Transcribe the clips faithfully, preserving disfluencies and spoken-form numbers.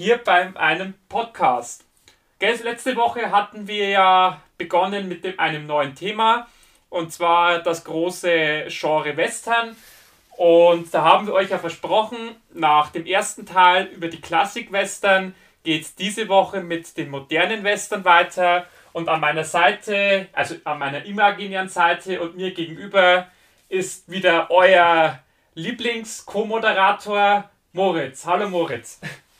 hier bei einem Podcast. Letzte Woche hatten wir ja begonnen mit dem, einem neuen Thema, und zwar das große Genre Western. Und da haben wir euch ja versprochen, nach dem ersten Teil über die Klassik-Western geht es diese Woche mit den modernen Western weiter. Und an meiner Seite, also an meiner imaginären Seite und mir gegenüber, ist wieder euer Lieblings-Co-Moderator Moritz. Hallo Moritz.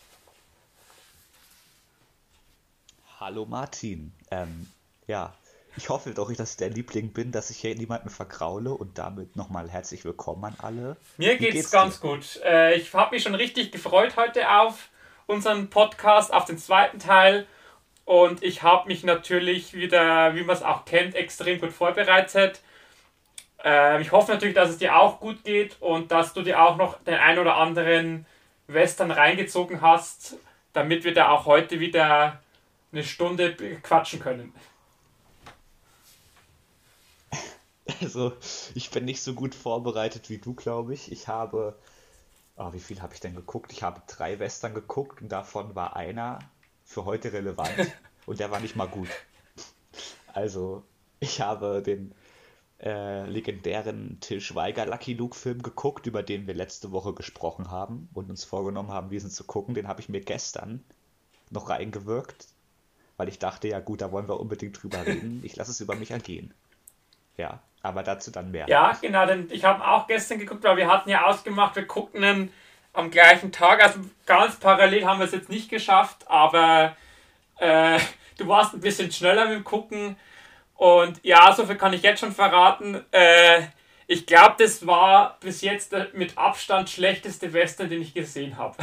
Hallo Martin. Ähm, ja, ich hoffe doch, dass ich der Liebling bin, dass ich hier niemanden vergraule und damit nochmal herzlich willkommen an alle. Mir Wie geht's geht's dir? ganz gut. Äh, ich habe mich schon richtig gefreut heute auf unseren Podcast, auf den zweiten Teil. Und ich habe mich natürlich wieder, wie man es auch kennt, extrem gut vorbereitet. Äh, ich hoffe natürlich, dass es dir auch gut geht und dass du dir auch noch den ein oder anderen Western reingezogen hast, damit wir da auch heute wieder eine Stunde quatschen können. Also, ich bin nicht so gut vorbereitet wie du, glaube ich. Ich habe, ah, wie viel habe ich denn geguckt? Ich habe drei Western geguckt und davon war einer für heute relevant und der war nicht mal gut. Also, ich habe den äh, legendären Til Schweiger Lucky Luke Film geguckt, über den wir letzte Woche gesprochen haben und uns vorgenommen haben, diesen zu gucken. Den habe ich mir gestern noch reingewirkt, weil ich dachte, ja gut, da wollen wir unbedingt drüber reden. Ich lasse es über mich ergehen. Ja, aber dazu dann mehr. Ja, genau, denn ich habe auch gestern geguckt, weil wir hatten ja ausgemacht, wir gucken ihn am gleichen Tag. Also ganz parallel haben wir es jetzt nicht geschafft, aber äh, du warst ein bisschen schneller mit dem Gucken. Und ja, so viel kann ich jetzt schon verraten. Äh, ich glaube, das war bis jetzt der mit Abstand schlechteste Western, den ich gesehen habe.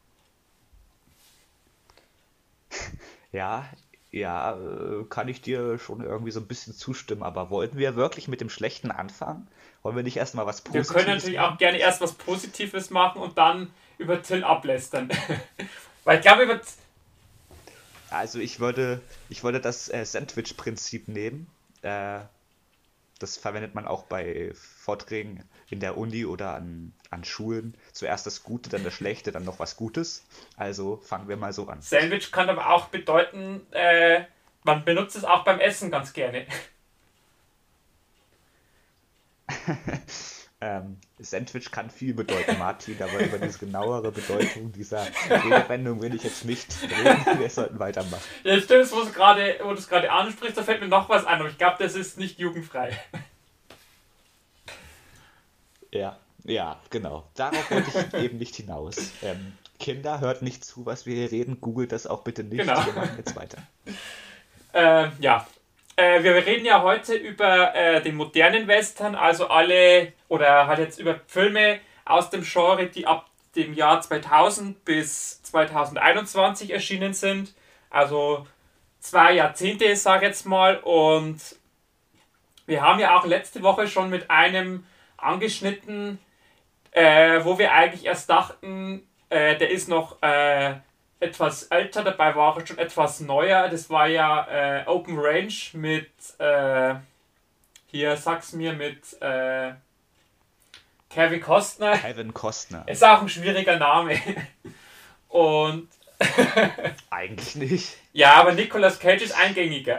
Ja, ja, äh, kann ich dir schon irgendwie so ein bisschen zustimmen, aber wollten wir wirklich mit dem Schlechten anfangen? Wollen wir nicht erstmal was Wir können Positives natürlich auch machen? gerne erst was Positives machen und dann über Till ablästern. Weil ich glaube, über Also ich würde, ich würde das äh, Sandwich-Prinzip nehmen. Äh, Das verwendet man auch bei Vorträgen in der Uni oder an, an Schulen. Zuerst das Gute, dann das Schlechte, dann noch was Gutes. Also fangen wir mal so an. Sandwich kann aber auch bedeuten, äh, man benutzt es auch beim Essen ganz gerne. Ähm, Sandwich kann viel bedeuten, Martin, aber über diese genauere Bedeutung dieser Redewendung will ich jetzt nicht reden. Wir sollten weitermachen. Ja, stimmt, wo du es gerade wo du es gerade ansprichst, da fällt mir noch was ein, aber ich glaube, das ist nicht jugendfrei. Ja, ja, genau. Darauf wollte ich eben nicht hinaus. Ähm, Kinder, hört nicht zu, was wir hier reden. Googelt das auch bitte Genau. nicht. Wir machen jetzt weiter. Ähm, ja. Äh, wir reden ja heute über äh, den modernen Western, also alle, oder halt jetzt über Filme aus dem Genre, die ab dem Jahr zweitausend bis zweitausendeinundzwanzig erschienen sind. Also zwei Jahrzehnte, sag ich jetzt mal. Und wir haben ja auch letzte Woche schon mit einem angeschnitten, äh, wo wir eigentlich erst dachten, äh, der ist noch äh, etwas älter, dabei war er schon etwas neuer. Das war ja äh, Open Range mit, äh, hier sag's mir, mit äh, Kevin Costner. Kevin Costner. Ist auch ein schwieriger Name. Und Eigentlich nicht. ja, aber Nicolas Cage ist eingängiger.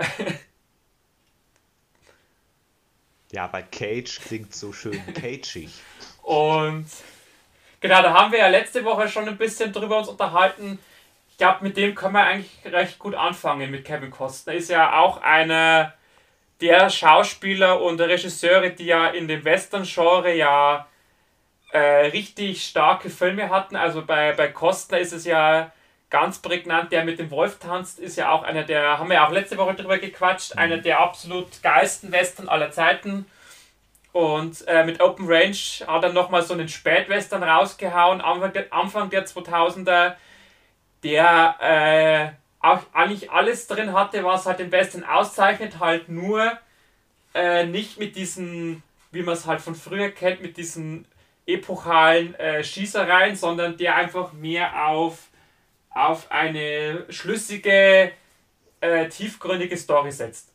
Ja, weil Cage klingt so schön cageig. Und genau, da haben wir ja letzte Woche schon ein bisschen drüber uns unterhalten. Ich glaube, mit dem können wir eigentlich recht gut anfangen, mit Kevin Costner. Ist ja auch einer der Schauspieler und Regisseure, die ja in dem Western-Genre ja äh, richtig starke Filme hatten. Also bei, bei Costner ist es ja ganz prägnant, der mit dem Wolf tanzt, ist ja auch einer der, haben wir ja auch letzte Woche drüber gequatscht, einer der absolut geilsten Western aller Zeiten. Und äh, mit Open Range hat er nochmal so einen Spätwestern rausgehauen, Anfang der, Anfang der zweitausender, der äh, auch eigentlich alles drin hatte, was halt den Western auszeichnet, halt nur äh, nicht mit diesen, wie man es halt von früher kennt, mit diesen epochalen äh, Schießereien, sondern der einfach mehr auf, auf eine schlüssige, äh, tiefgründige Story setzt.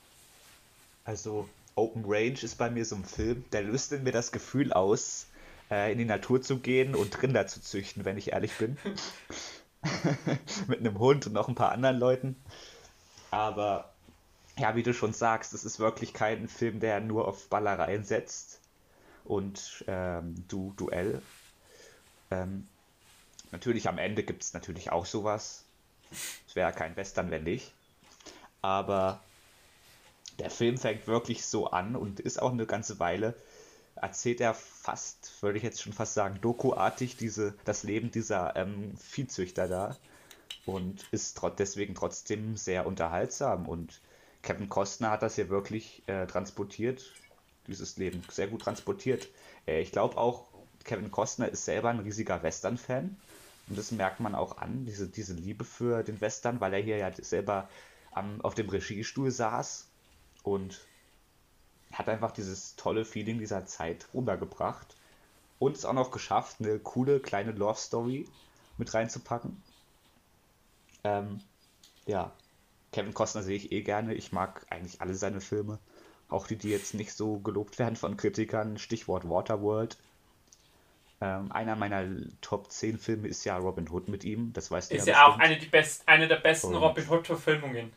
Also Open Range ist bei mir so ein Film, der löst in mir das Gefühl aus, äh, in die Natur zu gehen und Rinder zu züchten, wenn ich ehrlich bin. Mit einem Hund und noch ein paar anderen Leuten. Aber ja, wie du schon sagst, es ist wirklich kein Film, der nur auf Ballereien setzt und ähm, du Duell. Ähm, Natürlich am Ende gibt es natürlich auch sowas. Es wäre kein Western, wenn nicht. Aber der Film fängt wirklich so an und ist auch eine ganze Weile, erzählt er fast, würde ich jetzt schon fast sagen, dokuartig diese, das Leben dieser ähm, Viehzüchter da und ist tro deswegen trotzdem sehr unterhaltsam. Und Kevin Costner hat das hier wirklich äh, transportiert, dieses Leben sehr gut transportiert. Äh, ich glaube auch, Kevin Costner ist selber ein riesiger Western-Fan und das merkt man auch an, diese, diese Liebe für den Western, weil er hier ja selber am, auf dem Regiestuhl saß und hat einfach dieses tolle Feeling dieser Zeit rübergebracht und es auch noch geschafft, eine coole kleine Love Story mit reinzupacken. Ähm, ja, Kevin Costner sehe ich eh gerne. Ich mag eigentlich alle seine Filme. Auch die, die jetzt nicht so gelobt werden von Kritikern. Stichwort Waterworld. Ähm, einer meiner Top zehn Filme ist ja Robin Hood mit ihm. Das weißt du ja Ist ja auch bestimmt. eine, die best, eine der besten Und Robin Hood-Verfilmungen.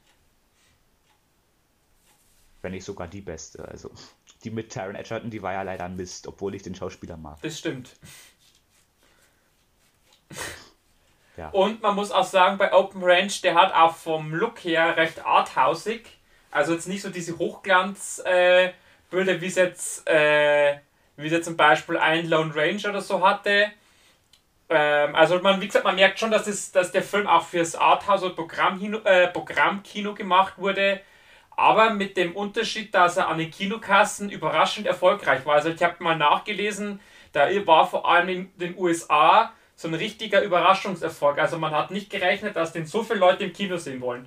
wenn nicht sogar die beste. Also die mit Taron Egerton, die war ja leider Mist, obwohl ich den Schauspieler mag. Das stimmt. Ja. Und man muss auch sagen, bei Open Range, der hat auch vom Look her recht arthausig. Also jetzt nicht so diese Hochglanzbilder, äh, wie es jetzt, äh, wie es jetzt zum Beispiel ein Lone Ranger oder so hatte. Ähm, also man, wie gesagt, man merkt schon, dass, es, dass der Film auch fürs Arthouse- oder Programmkino, äh, Programmkino gemacht wurde. Aber mit dem Unterschied, dass er an den Kinokassen überraschend erfolgreich war. Also ich habe mal nachgelesen, da war vor allem in den U S A so ein richtiger Überraschungserfolg. Also man hat nicht gerechnet, dass den so viele Leute im Kino sehen wollen.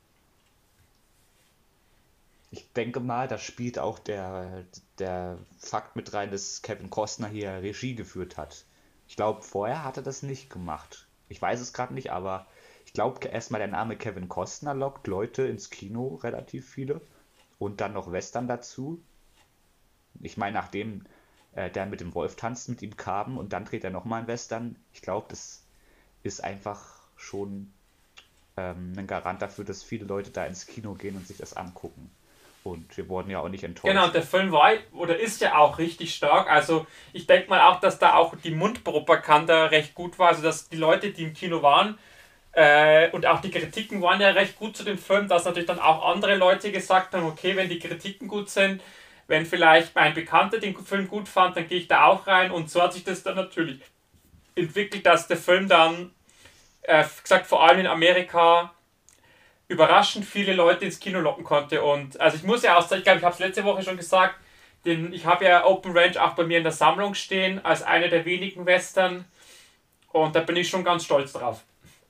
Ich denke mal, da spielt auch der, der Fakt mit rein, dass Kevin Costner hier Regie geführt hat. Ich glaube, vorher hat er das nicht gemacht. Ich weiß es gerade nicht, aber ich glaube, erstmal der Name Kevin Costner lockt Leute ins Kino, relativ viele. Und dann noch Western dazu. Ich meine, nachdem äh, der mit dem Wolf tanzt, mit ihm kam und dann dreht er nochmal einen Western. Ich glaube, das ist einfach schon ähm, ein Garant dafür, dass viele Leute da ins Kino gehen und sich das angucken. Und wir wurden ja auch nicht Genau, und enttäuscht. der Film war oder ist ja auch richtig stark. Also ich denke mal auch, dass da auch die Mundpropaganda recht gut war. Also dass die Leute, die im Kino waren, äh, und auch die Kritiken waren ja recht gut zu dem Film, dass natürlich dann auch andere Leute gesagt haben, okay, wenn die Kritiken gut sind, wenn vielleicht mein Bekannter den Film gut fand, dann gehe ich da auch rein. Und so hat sich das dann natürlich entwickelt, dass der Film dann, äh, gesagt, vor allem in Amerika überraschend viele Leute ins Kino locken konnte. Und also ich muss ja auch sagen, ich glaube, ich habe es letzte Woche schon gesagt, den, ich habe ja Open Range auch bei mir in der Sammlung stehen, als einer der wenigen Western. Und da bin ich schon ganz stolz drauf.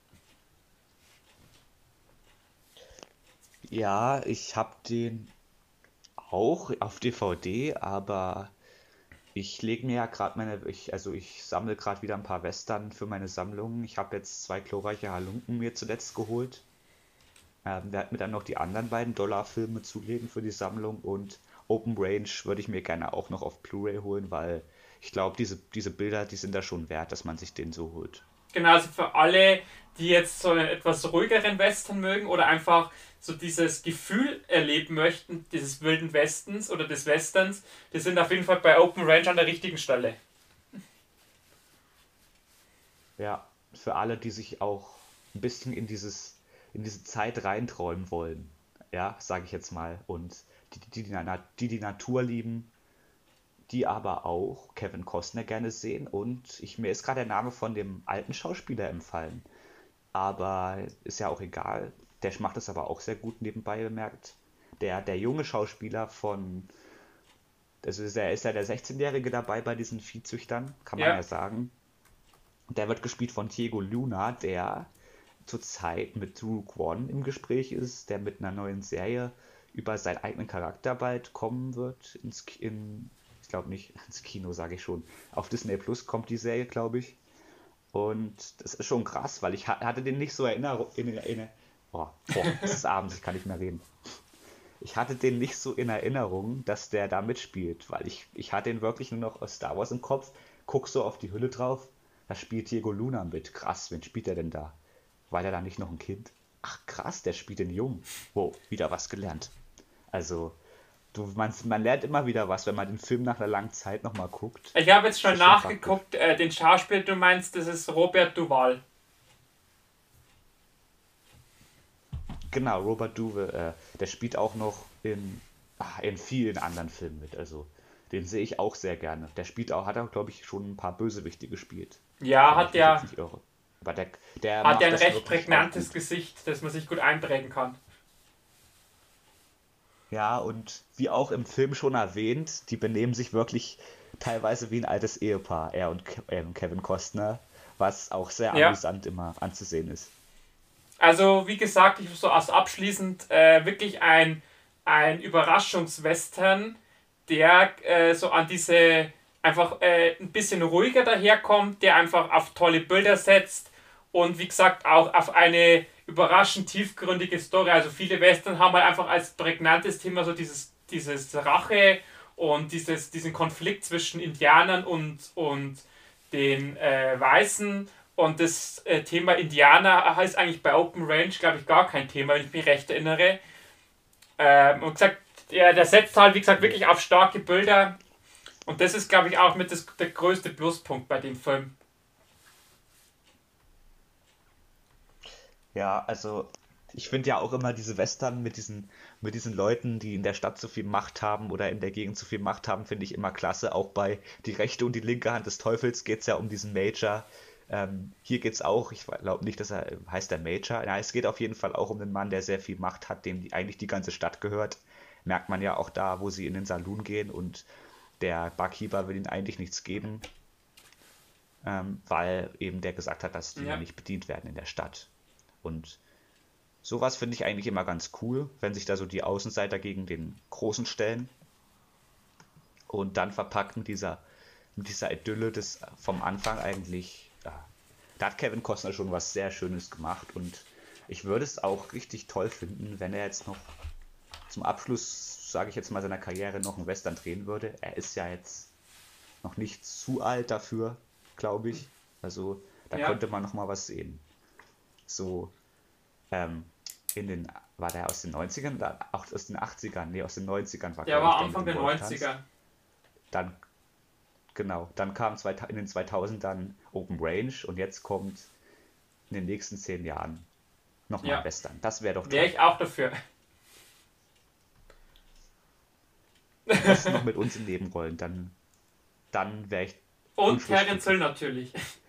Ja, ich habe den auch auf D V D, aber ich lege mir ja gerade meine, ich, also ich sammle gerade wieder ein paar Western für meine Sammlung. Ich habe jetzt zwei glorreiche Halunken mir zuletzt geholt. Ähm, werde mir dann noch die anderen beiden Dollarfilme zulegen für die Sammlung und Open Range würde ich mir gerne auch noch auf Blu-ray holen, weil ich glaube, diese, diese Bilder, die sind da schon wert, dass man sich den so holt. Genau, also für alle, die jetzt so einen etwas ruhigeren Western mögen oder einfach so dieses Gefühl erleben möchten, dieses wilden Westens oder des Westerns, die sind auf jeden Fall bei Open Range an der richtigen Stelle. Ja, für alle, die sich auch ein bisschen in dieses, in diese Zeit reinträumen wollen, ja, sage ich jetzt mal, und die die, die, die, die die Natur lieben, die aber auch Kevin Costner gerne sehen und ich, mir ist gerade der Name von dem alten Schauspieler empfallen, aber ist ja auch egal. Der macht es aber auch sehr gut nebenbei bemerkt. Der, der junge Schauspieler von, also ist er ist ja der sechzehnjährige dabei bei diesen Viehzüchtern, kann man Ja, ja sagen. Und der wird gespielt von Diego Luna, der zurzeit mit Drew Kwon im Gespräch ist, der mit einer neuen Serie über seinen eigenen Charakter bald kommen wird. Ins, Ki- in, ich glaube nicht ins Kino, sage ich schon. Auf Disney Plus kommt die Serie, glaube ich. Und das ist schon krass, weil ich ha- hatte den nicht so Erinnerung. In, in, oh, boah, es ist abends, ich kann nicht mehr reden. Ich hatte den nicht so in Erinnerung, dass der da mitspielt, weil ich, ich hatte ihn wirklich nur noch aus Star Wars im Kopf guck so auf die Hülle drauf, da spielt Diego Luna mit. Krass, wen spielt er denn da? War der da nicht noch ein Kind? Ach krass, der spielt den Jungen. Wow, wieder was gelernt. Also, du, man, man lernt immer wieder was, wenn man den Film nach einer langen Zeit nochmal guckt. Ich habe jetzt schon Das ist schon nachgeguckt, äh, den Schauspieler, du meinst, das ist Robert Duvall. Genau, Robert Duvall, äh, der spielt auch noch in, ah, in vielen anderen Filmen mit. Also, den sehe ich auch sehr gerne. Der spielt auch, hat auch, glaube ich, schon ein paar Bösewichte gespielt. Ja, Wenn ich hat mich jetzt ja nicht irre. Aber der, der hat macht ja ein das recht wirklich auch prägnantes gut. Gesicht, das man sich gut einprägen kann. Ja, und wie auch im Film schon erwähnt, die benehmen sich wirklich teilweise wie ein altes Ehepaar, er und Ke- ähm, Kevin Costner, was auch sehr Ja, amüsant immer anzusehen ist. also wie gesagt, ich so als abschließend äh, wirklich ein, ein Überraschungswestern, der äh, so an diese einfach äh, ein bisschen ruhiger daherkommt, der einfach auf tolle Bilder setzt und wie gesagt auch auf eine überraschend tiefgründige Story. Also viele Western haben halt einfach als prägnantes Thema so dieses, dieses Rache und dieses, diesen Konflikt zwischen Indianern und, und den äh, Weißen. Und das äh, Thema Indianer heißt eigentlich bei Open Range, glaube ich, gar kein Thema, wenn ich mich recht erinnere. Ähm, und gesagt, der, der setzt halt, wie gesagt, wirklich auf starke Bilder. Und das ist, glaube ich, auch mit das, der größte Pluspunkt bei dem Film. Ja, also ich finde ja auch immer diese Western mit diesen, mit diesen Leuten, die in der Stadt so viel Macht haben oder in der Gegend so viel Macht haben, finde ich immer klasse. Auch bei Die rechte und die linke Hand des Teufels geht es ja um diesen Major. Ähm, hier geht es auch, ich glaube nicht, dass er heißt der Major. Ja, es geht auf jeden Fall auch um einen Mann, der sehr viel Macht hat, dem die, eigentlich die ganze Stadt gehört. Merkt man ja auch da, wo sie in den Saloon gehen und der Barkeeper will ihnen eigentlich nichts geben, ähm, weil eben der gesagt hat, dass die ja Ja, nicht bedient werden in der Stadt. Und sowas finde ich eigentlich immer ganz cool, wenn sich da so die Außenseiter gegen den Großen stellen und dann verpackt mit dieser, mit dieser Idylle des vom Anfang eigentlich, ja, da hat Kevin Costner schon was sehr Schönes gemacht und ich würde es auch richtig toll finden, wenn er jetzt noch zum Abschluss, sage ich jetzt mal, seiner Karriere noch einen Western drehen würde. Er ist ja jetzt noch nicht zu alt dafür, glaube ich. Also da ja. könnte man noch mal was sehen. So, ähm, in den, war der aus den Neunzigern oder auch aus den Achtzigern? Nee, aus den Neunzigern war, Der glaube ich, war der mit Anfang dem der Golftanz. Neunziger. Dann, genau, dann kam zwei, in den zweitausend dann Open Range und jetzt kommt in den nächsten zehn Jahren nochmal ein Ja, Western. Das wäre doch wäre toll. ich auch dafür. Am besten noch mit uns in Nebenrollen, dann, dann wäre ich Und wunschlos Terence Hill glücklich. natürlich.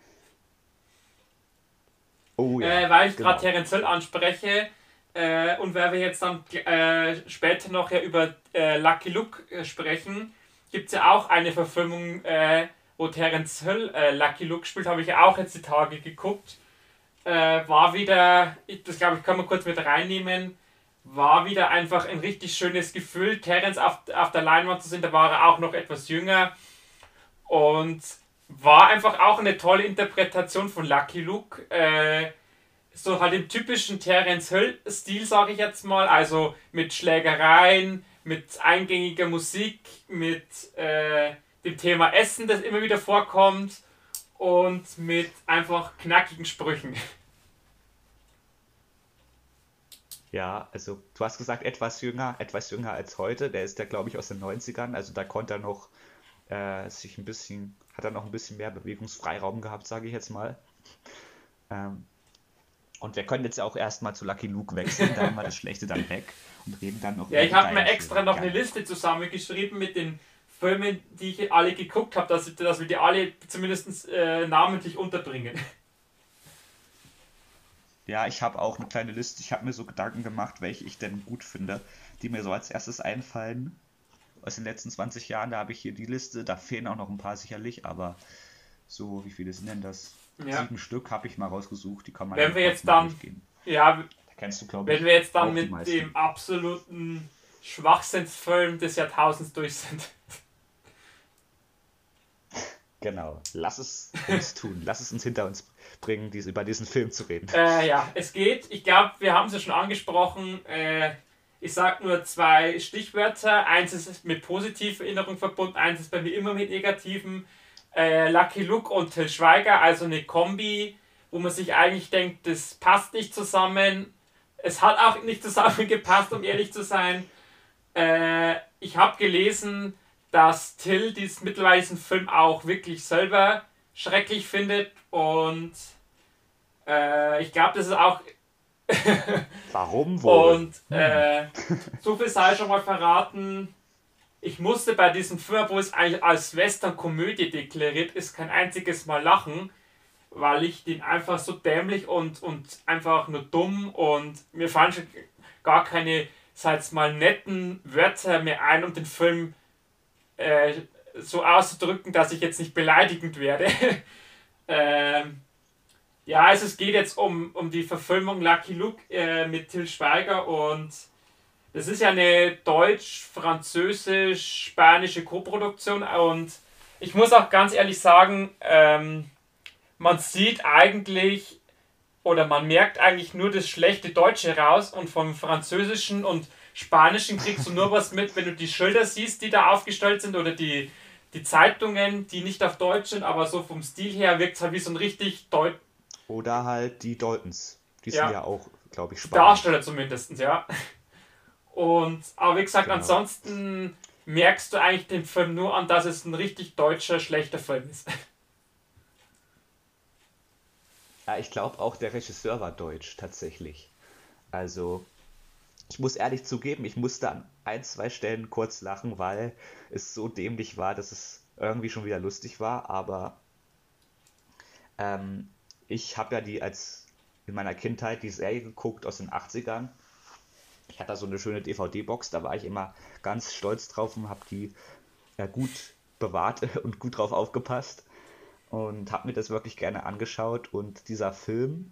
Oh Äh, ja, weil ich gerade genau. Terence Hill anspreche äh, und weil wir jetzt dann äh, später noch ja über äh, Lucky Luke äh, sprechen, gibt es ja auch eine Verfilmung, äh, wo Terence Hill äh, Lucky Luke spielt, habe ich ja auch jetzt die Tage geguckt. Äh, war wieder, ich, das glaube ich, kann man kurz mit reinnehmen, war wieder einfach ein richtig schönes Gefühl, Terence auf, auf der Leinwand zu sehen, da war er auch noch etwas jünger und war einfach auch eine tolle Interpretation von Lucky Luke. Äh, so halt im typischen Terence Hill-Stil, sage ich jetzt mal. Also mit Schlägereien, mit eingängiger Musik, mit äh, dem Thema Essen, das immer wieder vorkommt und mit einfach knackigen Sprüchen. Ja, also du hast gesagt, etwas jünger, etwas jünger als heute. Der ist ja, glaube ich, aus den Neunzigern. Also da konnte er noch äh, sich ein bisschen, hat er noch ein bisschen mehr Bewegungsfreiraum gehabt, sage ich jetzt mal. Ähm, und wir können jetzt auch erstmal zu Lucky Luke wechseln, da haben wir das Schlechte dann weg und reden dann noch Ja, über ich die habe mir geilen extra Filme. noch eine Gerne. Liste zusammengeschrieben mit den Filmen, die ich alle geguckt habe, dass, dass wir die alle zumindest äh, namentlich unterbringen. Ja, ich habe auch eine kleine Liste. Ich habe mir so Gedanken gemacht, welche ich denn gut finde, die mir so als erstes einfallen. Aus den letzten zwanzig Jahren, da habe ich hier die Liste. Da fehlen auch noch ein paar sicherlich, aber so, wie viele sind denn das? Ja. Sieben Stück habe ich mal rausgesucht. Die kann man ja Wenn mal wir kurz jetzt mal dann, durchgehen. ja, Da kennst du, glaube wenn ich, wir jetzt dann auch die mit meisten. dem absoluten Schwachsinnsfilm des Jahrtausends durch sind. Genau. Lass es uns tun. Lass es uns hinter uns bringen, dies, über diesen Film zu reden. Äh, ja, es geht. Ich glaube, wir haben es ja schon angesprochen. Äh, ich sage nur zwei Stichwörter. Eins ist mit positiver Erinnerung verbunden, eins ist bei mir immer mit negativen. äh, Lucky Luke und Til Schweiger, also eine Kombi, wo man sich eigentlich denkt, das passt nicht zusammen. Es hat auch nicht zusammengepasst, um ehrlich zu sein. Äh, ich habe gelesen, dass Till dies, mittlerweile diesen Film auch wirklich selber schrecklich findet und äh, ich glaube, das ist auch Warum wohl? und äh, so viel sei schon mal verraten. Ich musste bei diesem Film, wo es eigentlich als Western-Komödie deklariert ist, kein einziges Mal lachen, weil ich den einfach so dämlich und, und einfach nur dumm und mir fallen schon gar keine, sag jetzt mal, netten Wörter mehr ein, um den Film äh, so auszudrücken, dass ich jetzt nicht beleidigend werde. ähm, ja, also es geht jetzt um, um die Verfilmung Lucky Luke äh, mit Til Schweiger und das ist ja eine deutsch-französisch-spanische Koproduktion und ich muss auch ganz ehrlich sagen, ähm, man sieht eigentlich oder man merkt eigentlich nur das schlechte Deutsche raus und vom Französischen und Spanischen kriegst du nur was mit, wenn du die Schilder siehst, die da aufgestellt sind oder die, die Zeitungen, die nicht auf Deutsch sind, aber so vom Stil her wirkt es halt wie so ein richtig Deutsch. Oder halt die Daltons. Die sind Ja, ja auch, glaube ich, die spanisch. Darsteller zumindest, ja. Und, aber wie gesagt, Genau. ansonsten merkst du eigentlich den Film nur an, dass es ein richtig deutscher, schlechter Film ist. Ja, ich glaube auch der Regisseur war deutsch, tatsächlich. Also, ich muss ehrlich zugeben, ich musste an ein, zwei Stellen kurz lachen, weil es so dämlich war, dass es irgendwie schon wieder lustig war. Aber ähm, ich habe ja die als in meiner Kindheit die Serie geguckt aus den achtzigern. Ich hatte da so eine schöne D V D-Box, da war ich immer ganz stolz drauf und habe die ja, gut bewahrt und gut drauf aufgepasst und habe mir das wirklich gerne angeschaut. Und dieser Film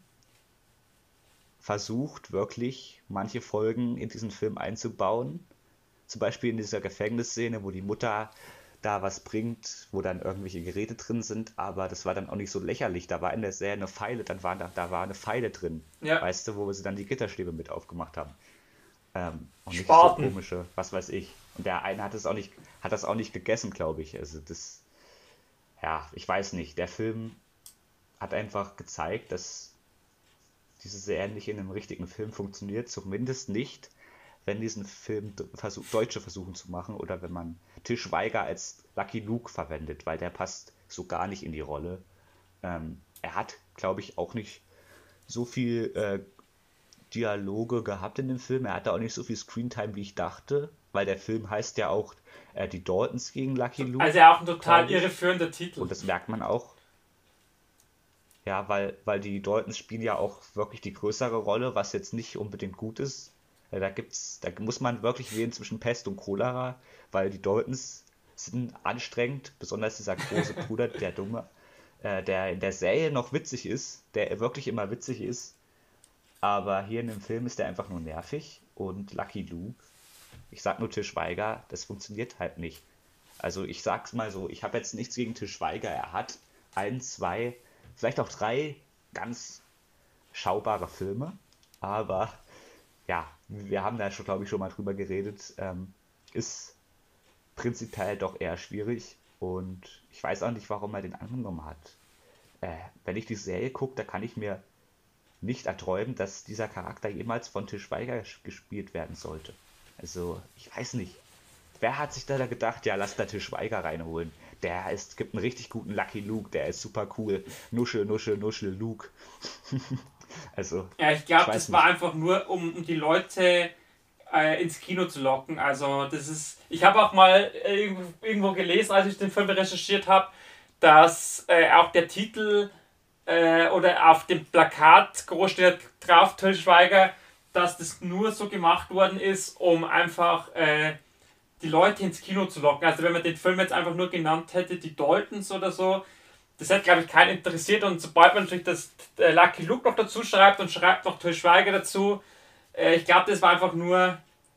versucht wirklich, manche Folgen in diesen Film einzubauen. Zum Beispiel in dieser Gefängnisszene, wo die Mutter da was bringt, wo dann irgendwelche Geräte drin sind, aber das war dann auch nicht so lächerlich. Da war in der Serie eine Pfeile, dann waren da, da war eine Pfeile drin, Ja, weißt du, wo sie dann die Gitterstäbe mit aufgemacht haben. Ähm, und nicht so Spaten. komische, was weiß ich. Und der eine hat es auch nicht, hat das auch nicht gegessen, glaube ich. Also das, ja, ich weiß nicht. Der Film hat einfach gezeigt, dass diese Serie nicht in einem richtigen Film funktioniert. Zumindest nicht, wenn diesen Film d- versuch, Deutsche versuchen zu machen oder wenn man Til Schweiger als Lucky Luke verwendet, weil der passt so gar nicht in die Rolle. Ähm, er hat, glaube ich, auch nicht so viel äh, Dialoge gehabt in dem Film. Er hatte auch nicht so viel Screentime, wie ich dachte, weil der Film heißt ja auch äh, Die Daltons gegen Lucky Luke, Also auch ein total glaube ich. irreführender Titel. Und das merkt man auch. Ja, weil, weil die Daltons spielen ja auch wirklich die größere Rolle, was jetzt nicht unbedingt gut ist. Äh, Da gibt's, da muss man wirklich wählen zwischen Pest und Cholera, weil die Daltons sind anstrengend, besonders dieser große Bruder, der Dumme, äh, der in der Serie noch witzig ist, der wirklich immer witzig ist, aber hier in dem Film ist der einfach nur nervig und Lucky Luke, ich sag nur Til Schweiger, das funktioniert halt nicht. Also ich sag's mal so, ich habe jetzt nichts gegen Til Schweiger, er hat ein, zwei, vielleicht auch drei ganz schaubare Filme, aber ja, wir haben da schon, glaube ich, schon mal drüber geredet, ähm, ist prinzipiell doch eher schwierig und ich weiß auch nicht, warum er den angenommen hat. Äh, wenn ich die Serie gucke, da kann ich mir nicht erträumen, dass dieser Charakter jemals von Til Schweiger ges- gespielt werden sollte. Also, ich weiß nicht. Wer hat sich da da gedacht, ja, lass da Til Schweiger reinholen. Der ist, gibt einen richtig guten Lucky Luke, der ist super cool. Nuschel, Nuschel, Nuschel, Luke. Also, Ja, ich ich glaube, weiß das war nicht. einfach nur, um, um die Leute äh, ins Kino zu locken. Also das ist, ich habe auch mal äh, irgendwo irgendwo gelesen, als ich den Film recherchiert habe, dass äh, auch der Titel äh, oder auf dem Plakat groß steht drauf, Til Schweiger, dass das nur so gemacht worden ist, um einfach äh, die Leute ins Kino zu locken. Also wenn man den Film jetzt einfach nur genannt hätte, die Daltons oder so, das hätte, glaube ich, keinen interessiert. Und sobald man natürlich das äh, Lucky Luke noch dazu schreibt und schreibt noch Til Schweiger dazu, äh, ich glaube, das war einfach nur,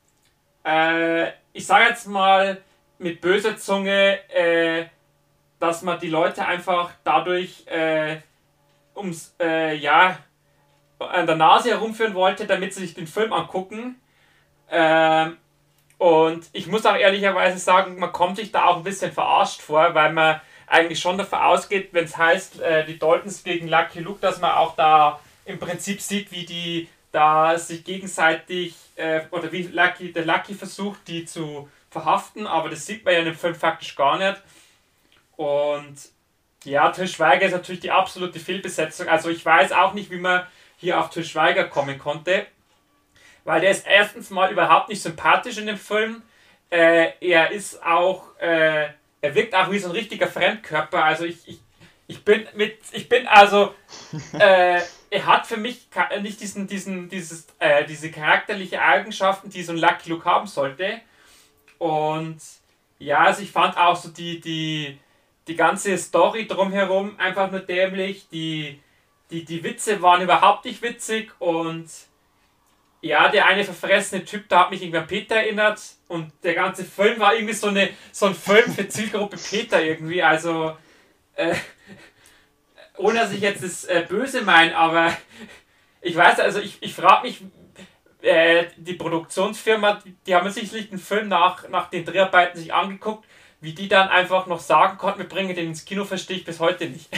äh, ich sage jetzt mal mit böser Zunge, äh, dass man die Leute einfach dadurch äh, ums, äh, ja, an der Nase herumführen wollte, damit sie sich den Film angucken. Ähm, und ich muss auch ehrlicherweise sagen, man kommt sich da auch ein bisschen verarscht vor, weil man eigentlich schon davon ausgeht, wenn es heißt, äh, die Daltons gegen Lucky Luke, dass man auch da im Prinzip sieht, wie die da sich gegenseitig, äh, oder wie Lucky, der Lucky versucht, die zu verhaften, aber das sieht man ja in dem Film faktisch gar nicht. Und ja, Til Schweiger ist natürlich die absolute Fehlbesetzung. Also ich weiß auch nicht, wie man hier auf Til Schweiger kommen konnte, weil der ist erstens mal überhaupt nicht sympathisch in dem Film. Äh, er ist auch, äh, er wirkt auch wie so ein richtiger Fremdkörper. Also ich, ich, ich bin mit, ich bin also, äh, er hat für mich nicht diesen, diesen, dieses, äh, diese charakterliche Eigenschaften, die so ein Lucky Luke haben sollte. Und ja, also ich fand auch so die, die, die ganze Story drumherum einfach nur dämlich. Die, die, die Witze waren überhaupt nicht witzig und ja, der eine verfressene Typ, da hat mich irgendwie an Peter erinnert und der ganze Film war irgendwie so, eine, so ein Film für Zielgruppe Peter irgendwie, also äh, ohne dass ich jetzt das äh, Böse meine, aber ich weiß, also ich, ich frage mich, äh, die Produktionsfirma, die, die haben sicherlich den Film nach, nach den Dreharbeiten sich angeguckt, wie die dann einfach noch sagen konnten, wir bringen den ins Kino, verstehe ich bis heute nicht.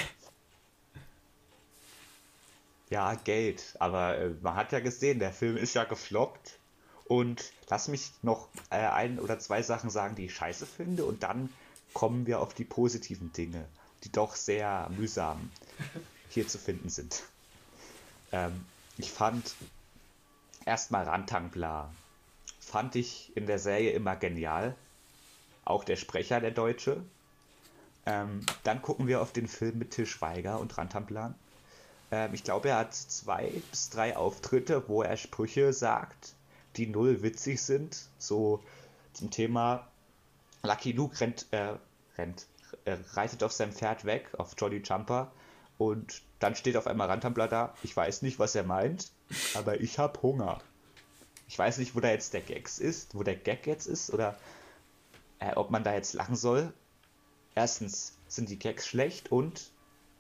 Ja, Geld. Aber äh, man hat ja gesehen, der Film ist ja gefloppt. Und lass mich noch äh, ein oder zwei Sachen sagen, die ich scheiße finde. Und dann kommen wir auf die positiven Dinge, die doch sehr mühsam hier zu finden sind. Ähm, ich fand erstmal Rantanplan. Fand ich in der Serie immer genial. Auch der Sprecher, der Deutsche. Ähm, dann gucken wir auf den Film mit Til Schweiger und Rantanplan. Ähm, ich glaube, er hat zwei bis drei Auftritte, wo er Sprüche sagt, die null witzig sind. So zum Thema Lucky Luke rennt, äh, rennt, äh, reitet auf seinem Pferd weg, auf Jolly Jumper. Und dann steht auf einmal Rantanplan da. Ich weiß nicht, was er meint, aber ich habe Hunger. Ich weiß nicht, wo da jetzt der Gag ist, wo der Gag jetzt ist oder äh, ob man da jetzt lachen soll. Erstens sind die Gags schlecht und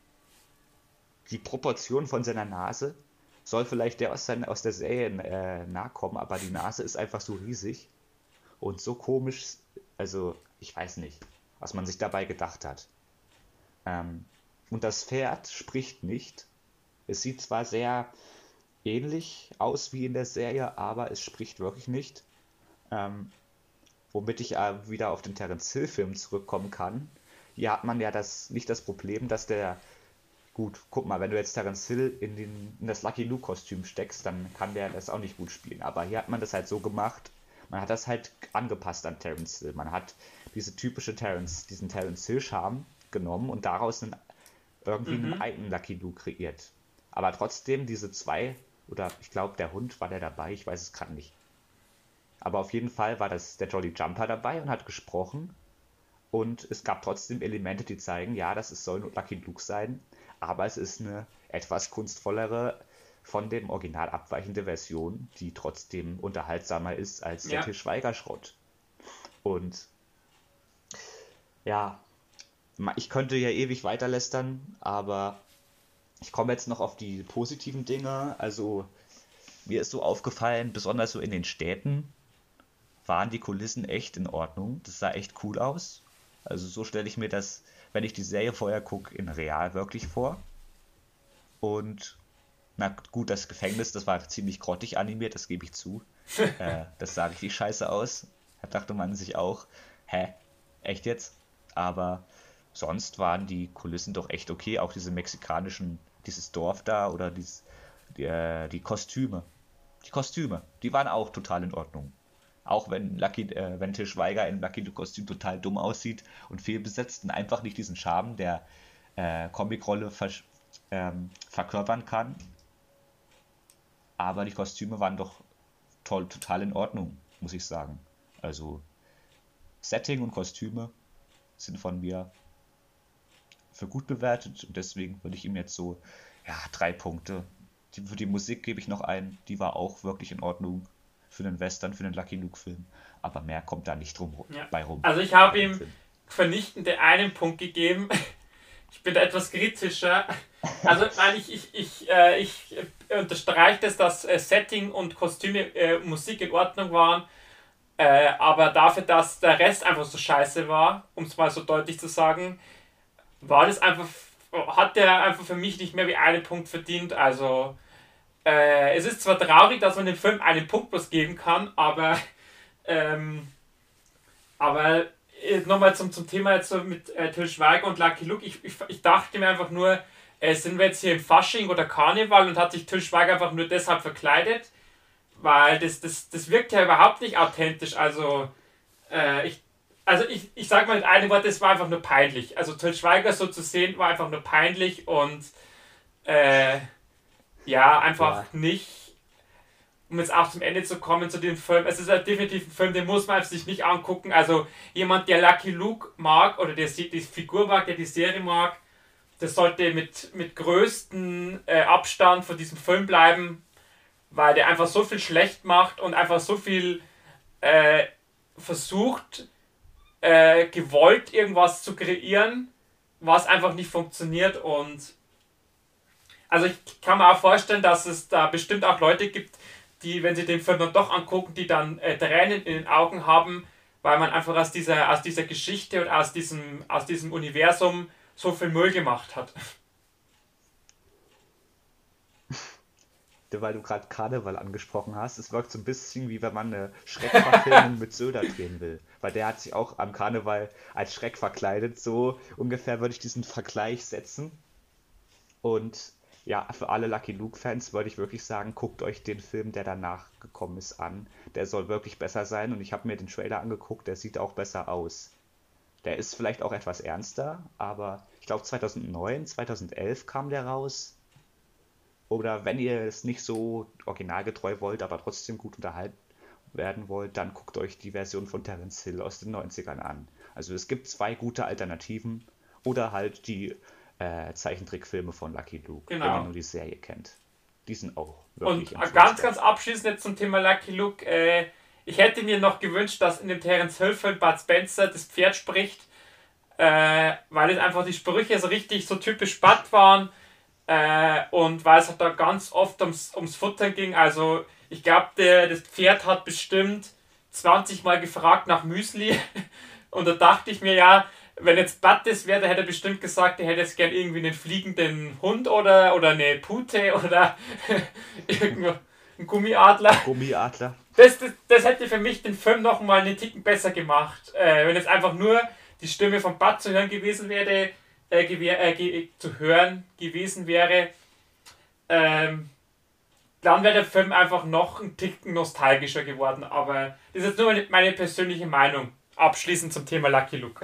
die Proportion von seiner Nase soll vielleicht der aus, seine, aus der Serie äh, nahe kommen, aber die Nase ist einfach so riesig und so komisch. Also, ich weiß nicht, was man sich dabei gedacht hat. Ähm, und das Pferd spricht nicht. Es sieht zwar sehr ähnlich aus wie in der Serie, aber es spricht wirklich nicht. Ähm, womit ich äh, wieder auf den Terence Hill-Film zurückkommen kann. Hier hat man ja das, nicht das Problem, dass der Gut, guck mal, wenn du jetzt Terence Hill in, den, in das Lucky Luke-Kostüm steckst, dann kann der das auch nicht gut spielen. Aber hier hat man das halt so gemacht, man hat das halt angepasst an Terence Hill. Man hat diese typische Terence, diesen Terence Hill-Charme genommen und daraus einen, irgendwie einen Mhm. eigenen Lucky Luke kreiert. Aber trotzdem diese zwei, oder ich glaube, der Hund war der dabei, ich weiß es gerade nicht. Aber auf jeden Fall war das der Jolly Jumper dabei und hat gesprochen. Und es gab trotzdem Elemente, die zeigen, ja, das ist, soll Lucky Luke sein, aber es ist eine etwas kunstvollere, von dem Original abweichende Version, die trotzdem unterhaltsamer ist als der Ja. Til Schweiger-Schrott. Und ja, ma- ich könnte ja ewig weiterlästern, aber ich komme jetzt noch auf die positiven Dinge. Also mir ist so aufgefallen, besonders so in den Städten waren die Kulissen echt in Ordnung. Das sah echt cool aus. Also so stelle ich mir das, wenn ich die Serie vorher gucke, in real wirklich vor. Und na gut, das Gefängnis, das war ziemlich grottig animiert, das gebe ich zu. Äh, das sah richtig scheiße aus. Da dachte man sich auch, hä, echt jetzt? Aber sonst waren die Kulissen doch echt okay. Auch diese mexikanischen, dieses Dorf da oder dies, die, äh, die Kostüme. Die Kostüme, die waren auch total in Ordnung. Auch wenn Lucky, äh, wenn Til Schweiger in Lucky Luke Kostüm total dumm aussieht und fehlbesetzt und einfach nicht diesen Charme der äh, Comicrolle versch- ähm, verkörpern kann. Aber die Kostüme waren doch toll, total in Ordnung, muss ich sagen. Also Setting und Kostüme sind von mir für gut bewertet und deswegen würde ich ihm jetzt so, ja, drei Punkte. Die, für die Musik gebe ich noch ein, die war auch wirklich in Ordnung für den Western, für den Lucky Luke Film, aber mehr kommt da nicht drum Ja. bei rum Also ich bei habe dem ihm Film. vernichtende einen Punkt gegeben. Ich bin da etwas kritischer. Also nein, ich, ich, ich, äh, ich äh, unterstreiche das, dass äh, Setting und Kostüme, äh, Musik in Ordnung waren. Äh, aber dafür, dass der Rest einfach so scheiße war, um es mal so deutlich zu sagen, war das einfach, hat der einfach für mich nicht mehr wie einen Punkt verdient. Also, äh, es ist zwar traurig, dass man dem Film einen Punkt bloß geben kann, aber, ähm, aber äh, nochmal zum, zum Thema jetzt so mit äh, Til Schweiger und Lucky Luke. Ich, ich, ich dachte mir einfach nur, äh, sind wir jetzt hier im Fasching oder Karneval und hat sich Til Schweiger einfach nur deshalb verkleidet? Weil das, das, das wirkt ja überhaupt nicht authentisch. Also, äh, ich, also ich, ich sag mal mit einem Wort, das war einfach nur peinlich. Also Til Schweiger so zu sehen, war einfach nur peinlich und äh, ja, einfach Ja, nicht, um jetzt auch zum Ende zu kommen zu dem Film. Es ist halt definitiv ein Film, den muss man sich nicht angucken. Also jemand, der Lucky Luke mag oder der die Figur mag, der die Serie mag, der sollte mit, mit größtem äh, Abstand von diesem Film bleiben, weil der einfach so viel schlecht macht und einfach so viel äh, versucht, äh, gewollt irgendwas zu kreieren, was einfach nicht funktioniert. Und also ich kann mir auch vorstellen, dass es da bestimmt auch Leute gibt, die, wenn sie den Film dann doch angucken, die dann äh, Tränen in den Augen haben, weil man einfach aus dieser, aus dieser Geschichte und aus diesem, aus diesem Universum so viel Müll gemacht hat. weil du gerade Karneval angesprochen hast, es wirkt so ein bisschen wie wenn man eine Schreckverfilmung mit Söder drehen will. Weil der hat sich auch am Karneval als Schreck verkleidet. So ungefähr würde ich diesen Vergleich setzen. Und ja, für alle Lucky Luke-Fans würde ich wirklich sagen, guckt euch den Film, der danach gekommen ist, an. Der soll wirklich besser sein und ich habe mir den Trailer angeguckt, der sieht auch besser aus. Der ist vielleicht auch etwas ernster, aber ich glaube zweitausendneun, zweitausendelf kam der raus. Oder wenn ihr es nicht so originalgetreu wollt, aber trotzdem gut unterhalten werden wollt, dann guckt euch die Version von Terence Hill aus den neunzigern an. Also es gibt zwei gute Alternativen oder halt die äh, Zeichentrickfilme von Lucky Luke, wenn ihr Genau. nur die Serie kennt. Die sind auch Und wirklich äh, ganz, ganz empfehlenswert. abschließend jetzt zum Thema Lucky Luke. Äh, ich hätte mir noch gewünscht, dass in dem Terence Hill Film Bud Spencer das Pferd spricht, äh, weil es einfach die Sprüche so richtig so typisch Bud waren. Äh, und weil es halt da ganz oft ums, ums Futtern ging. Also ich glaube, das Pferd hat bestimmt zwanzig Mal gefragt nach Müsli. Und da dachte ich mir, ja, wenn jetzt Bud das wäre, dann hätte er bestimmt gesagt, er hätte jetzt gern irgendwie einen fliegenden Hund oder, oder eine Pute oder irgendwo einen Gummiadler. Gummiadler. Das, das, das hätte für mich den Film nochmal einen Ticken besser gemacht. Äh, wenn jetzt einfach nur die Stimme von Bud zu hören gewesen wäre, äh, gewär, äh, ge, zu hören gewesen wäre, ähm, dann wäre der Film einfach noch ein Ticken nostalgischer geworden. Aber das ist jetzt nur meine persönliche Meinung. Abschließend zum Thema Lucky Luke.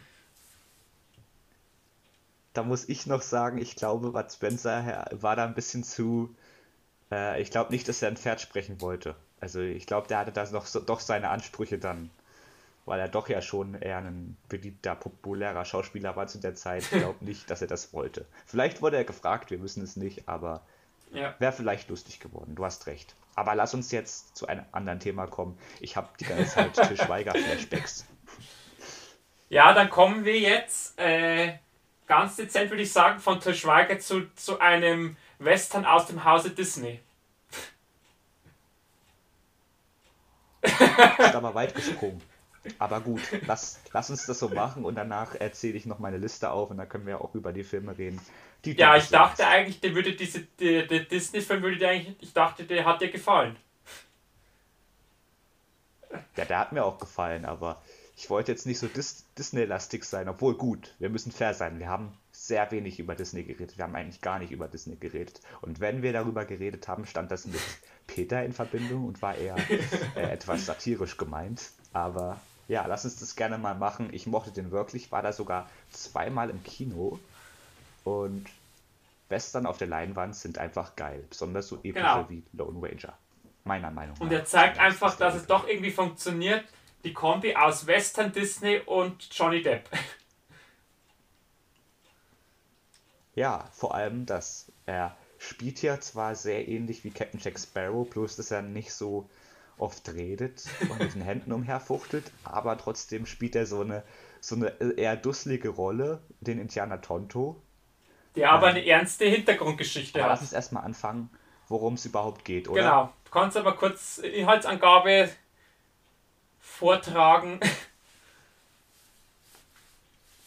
Da muss ich noch sagen, ich glaube, Bud Spencer war da ein bisschen zu. Äh, ich glaube nicht, dass er ein Pferd sprechen wollte. Also ich glaube, der hatte da noch so, doch seine Ansprüche dann, weil er doch ja schon eher ein beliebter, populärer Schauspieler war zu der Zeit. Ich glaube nicht, dass er das wollte. Vielleicht wurde er gefragt, wir wissen es nicht, aber Ja. wäre vielleicht lustig geworden. Du hast recht. Aber lass uns jetzt zu einem anderen Thema kommen. Ich habe die ganze Zeit Til Schweiger-Flashbacks. Ja, dann kommen wir jetzt äh, ganz dezent, würde ich sagen, von Til Schweiger zu, zu einem Western aus dem Hause Disney. Ist aber weit gesprungen. Aber gut, lass, lass uns das so machen und danach erzähle ich noch meine Liste auf und dann können wir auch über die Filme reden, die du Ja, ich gesehen dachte hast. eigentlich, der würde diese, der, der Disney-Film würde dir eigentlich, ich dachte, der hat dir gefallen. Ja, der hat mir auch gefallen, aber ich wollte jetzt nicht so Dis Disney-lastig sein, obwohl gut, wir müssen fair sein. Wir haben sehr wenig über Disney geredet. Wir haben eigentlich gar nicht über Disney geredet. Und wenn wir darüber geredet haben, stand das mit Peter in Verbindung und war eher äh, etwas satirisch gemeint. Aber ja, lass uns das gerne mal machen. Ich mochte den wirklich, war da sogar zweimal im Kino und Western auf der Leinwand sind einfach geil. Besonders so Genau. epische wie Lone Ranger. Meiner Meinung Und nach. er zeigt Zumindest einfach, ist der dass es doch episch. irgendwie funktioniert, die Kombi aus Western, Disney und Johnny Depp. Ja, vor allem, dass er spielt ja zwar sehr ähnlich wie Captain Jack Sparrow, bloß dass er nicht so oft redet und mit den Händen umherfuchtelt, aber trotzdem spielt er so eine, so eine eher dusselige Rolle, den Indianer Tonto. Der aber eine Ähm, ernste Hintergrundgeschichte aber lass hat. uns erstmal anfangen, worum es überhaupt geht, oder? Genau. Du kannst aber kurz Inhaltsangabe vortragen.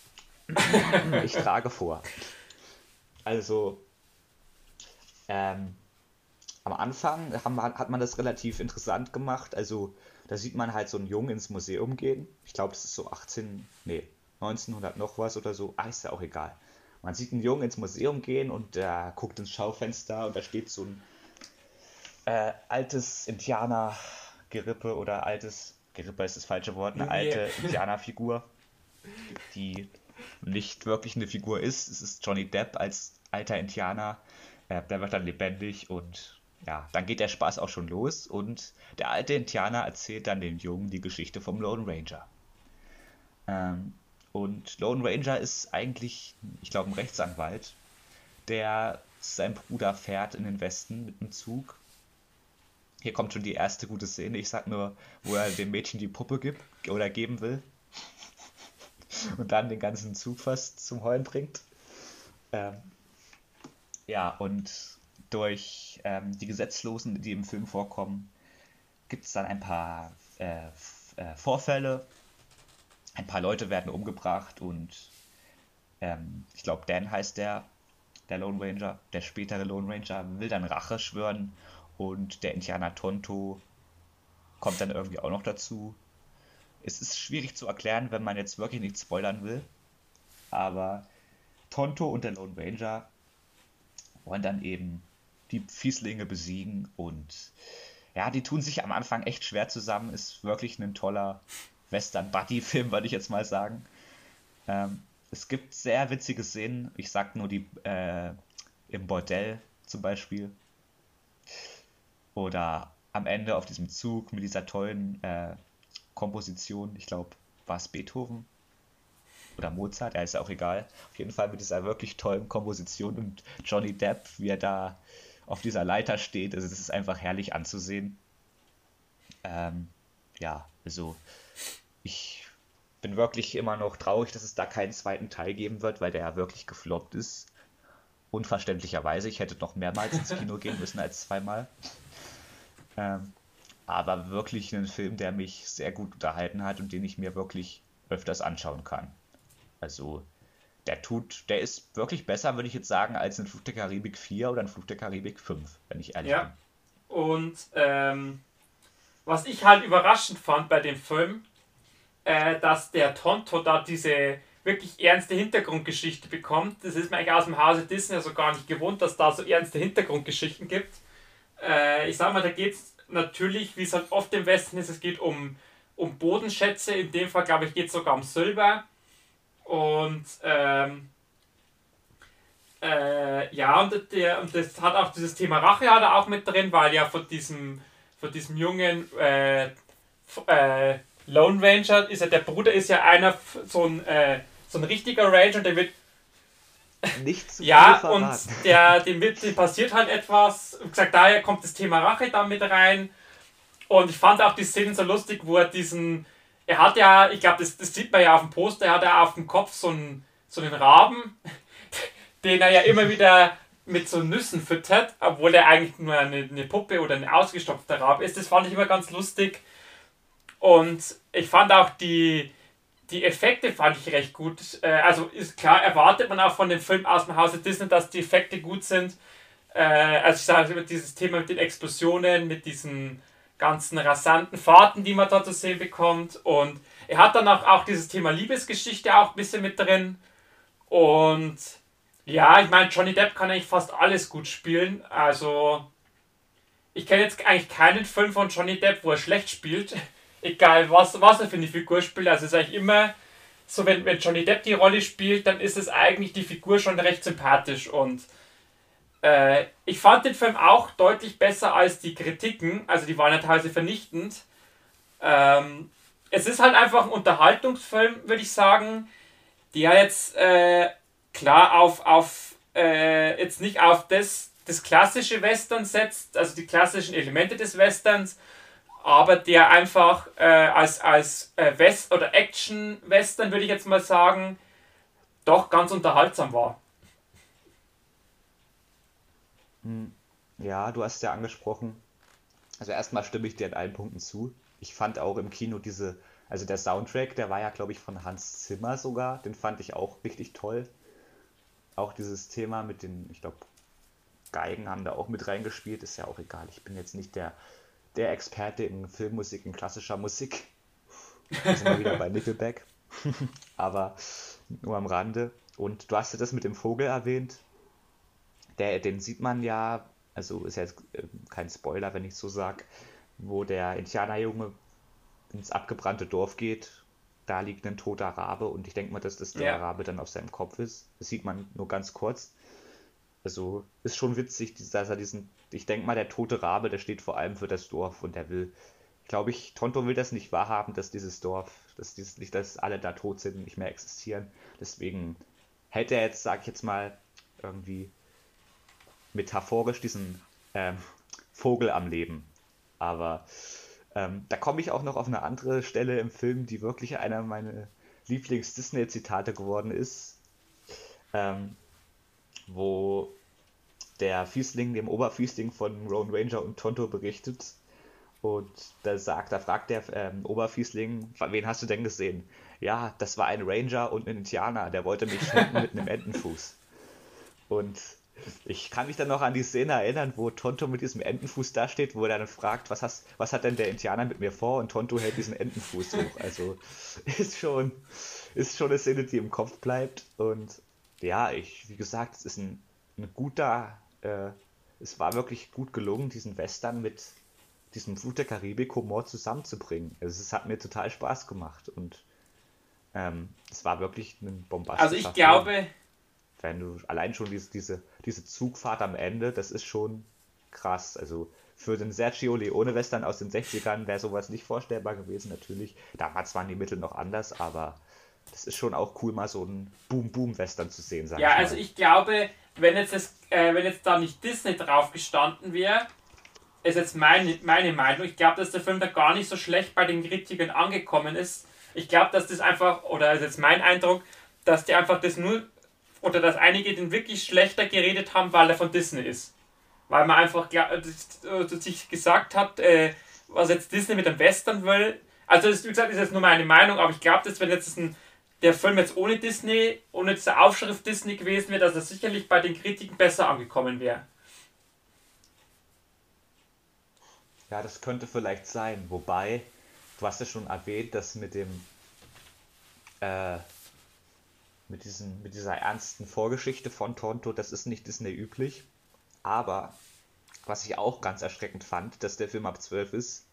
Ich trage vor. Also, ähm, am Anfang haben, wir- hat man das relativ interessant gemacht. Also, da sieht man halt so einen Jungen ins Museum gehen. Ich glaube, das ist so achtzehn, nee, neunzehnhundert noch was oder so. Ah, ist ja auch egal. Man sieht einen Jungen ins Museum gehen und der guckt ins Schaufenster und da steht so ein äh, altes Indianergerippe oder altes, Gerippe ist das falsche Wort, eine Mumie. alte Indianerfigur, die nicht wirklich eine Figur ist. Es ist Johnny Depp als alter Indianer. Äh, der wird dann lebendig und ja, dann geht der Spaß auch schon los und der alte Indianer erzählt dann dem Jungen die Geschichte vom Lone Ranger. Ähm, und Lone Ranger ist eigentlich, ich glaube, ein Rechtsanwalt, der sein Bruder fährt in den Westen mit dem Zug. Hier kommt schon die erste gute Szene. Ich sag nur, wo er dem Mädchen die Puppe gibt oder geben will und dann den ganzen Zug fast zum Heulen bringt. Ähm, ja, und durch ähm, die Gesetzlosen, die im Film vorkommen, gibt es dann ein paar äh, F- äh, Vorfälle. Ein paar Leute werden umgebracht und ähm, ich glaube, Dan heißt der, der Lone Ranger, der spätere Lone Ranger, will dann Rache schwören und der Indianer Tonto kommt dann irgendwie auch noch dazu. Es ist schwierig zu erklären, wenn man jetzt wirklich nicht spoilern will, aber Tonto und der Lone Ranger wollen dann eben die Fieslinge besiegen und ja, die tun sich am Anfang echt schwer zusammen. Ist wirklich ein toller Western-Buddy-Film, würde ich jetzt mal sagen. Ähm, es gibt sehr witzige Szenen. Ich sag nur die äh, im Bordell zum Beispiel. Oder am Ende auf diesem Zug mit dieser tollen äh, Komposition. Ich glaube, war es Beethoven oder Mozart? Ja, ist ja auch egal. Auf jeden Fall mit dieser wirklich tollen Komposition und Johnny Depp, wie er da auf dieser Leiter steht. Also, das ist einfach herrlich anzusehen. Ähm, ja, also ich bin wirklich immer noch traurig, dass es da keinen zweiten Teil geben wird, weil der ja wirklich gefloppt ist. Unverständlicherweise. Ich hätte noch mehrmals ins Kino gehen müssen als zweimal. Ähm, aber wirklich ein Film, der mich sehr gut unterhalten hat und den ich mir wirklich öfters anschauen kann. Also, der tut, der ist wirklich besser, würde ich jetzt sagen, als ein Flug der Karibik vier oder ein Flug der Karibik fünf, wenn ich ehrlich Ja. bin. Und ähm, was ich halt überraschend fand bei dem Film, äh, dass der Tonto da diese wirklich ernste Hintergrundgeschichte bekommt. Das ist mir eigentlich aus dem Hause Disney so gar nicht gewohnt, dass da so ernste Hintergrundgeschichten gibt. Äh, ich sag mal, da geht es natürlich, wie es halt oft im Westen ist, es geht um, um Bodenschätze. In dem Fall, glaube ich, geht es sogar um Silber. Und ähm, äh, ja, und, der, und das hat auch dieses Thema Rache hat er auch mit drin, weil ja von diesem, von diesem jungen äh, äh, Lone Ranger ist ja, der Bruder ist ja einer, so ein, äh, so ein richtiger Ranger, der wird, Nicht zu viel ja, und verraten. der, dem wird, dem passiert halt etwas. Wie gesagt, daher kommt das Thema Rache da mit rein. Und ich fand auch die Szenen so lustig, wo er diesen, er hat ja, ich glaube, das, das sieht man ja auf dem Poster, er hat ja auf dem Kopf so einen, so einen Raben, den er ja immer wieder mit so Nüssen füttert, obwohl er eigentlich nur eine, eine Puppe oder ein ausgestopfter Rabe ist. Das fand ich immer ganz lustig. Und ich fand auch die, die Effekte fand ich recht gut. Äh, also ist klar, erwartet man auch von dem Film aus dem Hause Disney, dass die Effekte gut sind. Äh, also ich sage über dieses Thema mit den Explosionen, mit diesen ganzen rasanten Fahrten, die man da zu sehen bekommt. Und er hat dann auch, auch dieses Thema Liebesgeschichte auch ein bisschen mit drin. Und ja, ich meine, Johnny Depp kann eigentlich fast alles gut spielen. Also ich kenne jetzt eigentlich keinen Film von Johnny Depp, wo er schlecht spielt. Egal was, was er für eine Figur spielt. Also es ist eigentlich immer so, wenn, wenn Johnny Depp die Rolle spielt, dann ist es eigentlich die Figur schon recht sympathisch. Und äh, ich fand den Film auch deutlich besser als die Kritiken. Also die waren ja teilweise vernichtend. Ähm, es ist halt einfach ein Unterhaltungsfilm, würde ich sagen, der jetzt äh, klar auf, auf äh, jetzt nicht auf das, das klassische Western setzt, also die klassischen Elemente des Westerns, aber der einfach äh, als, als äh, West- oder Action-Western, würde ich jetzt mal sagen, doch ganz unterhaltsam war. Hm, ja, du hast ja angesprochen. Also erstmal stimme ich dir in allen Punkten zu. Ich fand auch im Kino diese Also der Soundtrack, der war ja, glaube ich, von Hans Zimmer sogar. Den fand ich auch richtig toll. Auch dieses Thema mit den, ich glaube, Geigen haben da auch mit reingespielt. Ist ja auch egal. Ich bin jetzt nicht der, der Experte in Filmmusik, in klassischer Musik. Da sind wir wieder bei Nickelback. Aber nur am Rande. Und du hast ja das mit dem Vogel erwähnt. Der, den sieht man ja, also ist ja jetzt äh, kein Spoiler, wenn ich so sag, wo der Indianerjunge ins abgebrannte Dorf geht. Da liegt ein toter Rabe und ich denke mal, dass das der Ja. Rabe dann auf seinem Kopf ist. Das sieht man nur ganz kurz. Also ist schon witzig, dass er diesen, ich denke mal, der tote Rabe, der steht vor allem für das Dorf und der will, glaube ich, Tonto will das nicht wahrhaben, dass dieses Dorf, dass dieses, nicht, dass alle da tot sind und nicht mehr existieren. Deswegen hält er jetzt, sag ich jetzt mal, irgendwie metaphorisch diesen ähm, Vogel am Leben. Aber ähm, da komme ich auch noch auf eine andere Stelle im Film, die wirklich einer meiner Lieblings-Disney-Zitate geworden ist, ähm, wo der Fiesling dem Oberfiesling von Rowan Ranger und Tonto berichtet. Und da sagt, da fragt der ähm, Oberfiesling, wen hast du denn gesehen? Ja, das war ein Ranger und ein Indianer, der wollte mich schenken mit einem Entenfuß. Und ich kann mich dann noch an die Szene erinnern, wo Tonto mit diesem Entenfuß da steht, wo er dann fragt, was, hast, was hat denn der Indianer mit mir vor? Und Tonto hält diesen Entenfuß hoch. Also ist schon, ist schon eine Szene, die im Kopf bleibt. Und ja, ich, wie gesagt, es ist ein, ein guter, äh, es war wirklich gut gelungen, diesen Western mit diesem Fluch der Karibik-Humor zusammenzubringen. Also es hat mir total Spaß gemacht und ähm, es war wirklich ein Also ich bombastischer Film. glaube, Wenn du allein schon diese, diese, diese Zugfahrt am Ende, das ist schon krass. Also für den Sergio Leone Western aus den sechzigern wäre sowas nicht vorstellbar gewesen, natürlich. Damals waren die Mittel noch anders, aber das ist schon auch cool, mal so einen Boom-Boom-Western zu sehen, sag ja, ich also mal. ich glaube, wenn jetzt das, äh, wenn jetzt da nicht Disney drauf gestanden wäre, ist jetzt meine, meine Meinung. Ich glaube, dass der Film da gar nicht so schlecht bei den Kritikern angekommen ist. Ich glaube, dass das einfach, oder ist jetzt mein Eindruck, dass die einfach das nur, oder dass einige den wirklich schlechter geredet haben, weil er von Disney ist. Weil man einfach sich gesagt hat, äh, was jetzt Disney mit dem Western will. Also, das, wie gesagt, ist jetzt nur meine Meinung, aber ich glaube, dass wenn jetzt ein, der Film jetzt ohne Disney, ohne diese Aufschrift Disney gewesen wäre, dass er sicherlich bei den Kritiken besser angekommen wäre. Ja, das könnte vielleicht sein. Wobei, du hast ja schon erwähnt, dass mit dem, äh, mit diesen, mit dieser ernsten Vorgeschichte von Tonto, das ist nicht Disney üblich. Aber was ich auch ganz erschreckend fand, dass der Film ab zwölf ist.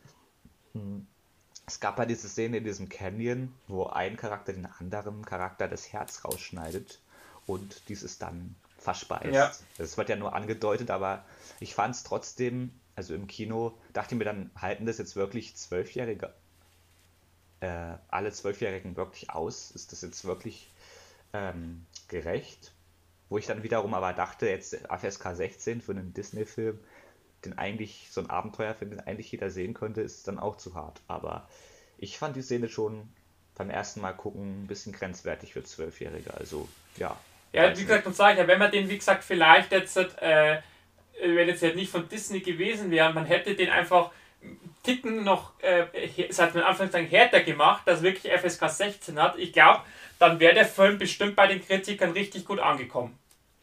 Es gab ja diese Szene in diesem Canyon, wo ein Charakter den anderen Charakter das Herz rausschneidet und dieses dann Ja. verspeist. Das wird ja nur angedeutet, aber ich fand es trotzdem, also im Kino, dachte ich mir dann, halten das jetzt wirklich Zwölfjährige, äh, alle Zwölfjährigen wirklich aus? Ist das jetzt wirklich ähm, gerecht? Wo ich dann wiederum aber dachte, jetzt F S K sechzehn für einen Disney-Film, den eigentlich, so ein Abenteuerfilm, den eigentlich jeder sehen könnte, ist dann auch zu hart. Aber ich fand die Szene schon beim ersten Mal gucken ein bisschen grenzwertig für Zwölfjährige. Also, ja, Ja, wie weiß gesagt, nicht. und sage ich ja, wenn man den, wie gesagt, vielleicht jetzt, äh, wenn jetzt halt nicht von Disney gewesen wäre, man hätte den einfach einen Ticken noch, äh, es hat man Anführungszeichen härter gemacht, dass wirklich F S K sechzehn hat, ich glaube, dann wäre der Film bestimmt bei den Kritikern richtig gut angekommen.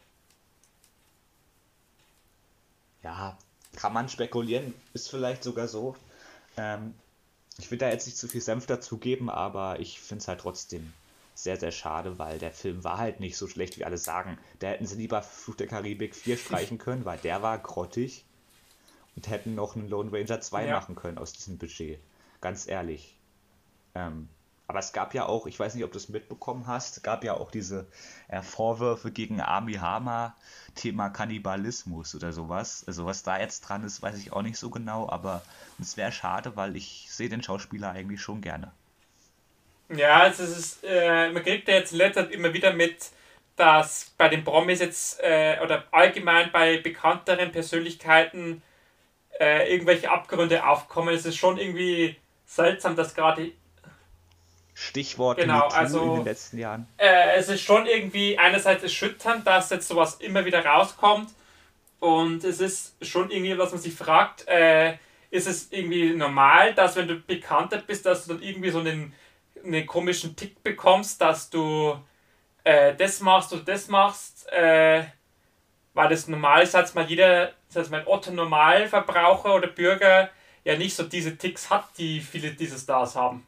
Ja, kann man spekulieren, ist vielleicht sogar so. Ähm, Ich will da jetzt nicht zu viel Senf dazugeben, aber ich finde es halt trotzdem sehr, sehr schade, weil der Film war halt nicht so schlecht, wie alle sagen. Da hätten sie lieber Fluch der Karibik vier streichen können, weil der war grottig und hätten noch einen Lone Ranger zwei Ja. machen können aus diesem Budget. Ganz ehrlich. Ähm, aber es gab ja auch, ich weiß nicht, ob du es mitbekommen hast, gab ja auch diese äh, Vorwürfe gegen Armie Hammer, Thema Kannibalismus oder sowas. Also was da jetzt dran ist, weiß ich auch nicht so genau, aber es wäre schade, weil ich sehe den Schauspieler eigentlich schon gerne. Ja, also es ist, äh, man kriegt ja jetzt in letzter Zeit immer wieder mit, dass bei den Promis jetzt, äh, oder allgemein bei bekannteren Persönlichkeiten, äh, irgendwelche Abgründe aufkommen. Es ist schon irgendwie seltsam, dass gerade, Stichwort genau, MeToo in den also letzten Jahren. äh, es ist schon irgendwie einerseits erschütternd, dass jetzt sowas immer wieder rauskommt und es ist schon irgendwie, was man sich fragt, äh, ist es irgendwie normal, dass wenn du bekannter bist, dass du dann irgendwie so einen, einen komischen Tick bekommst, dass du äh, das machst oder das machst, äh, weil das normal ist, als mal jeder, als mal ein Otto-Normalverbraucher oder Bürger ja nicht so diese Ticks hat, die viele dieser Stars haben.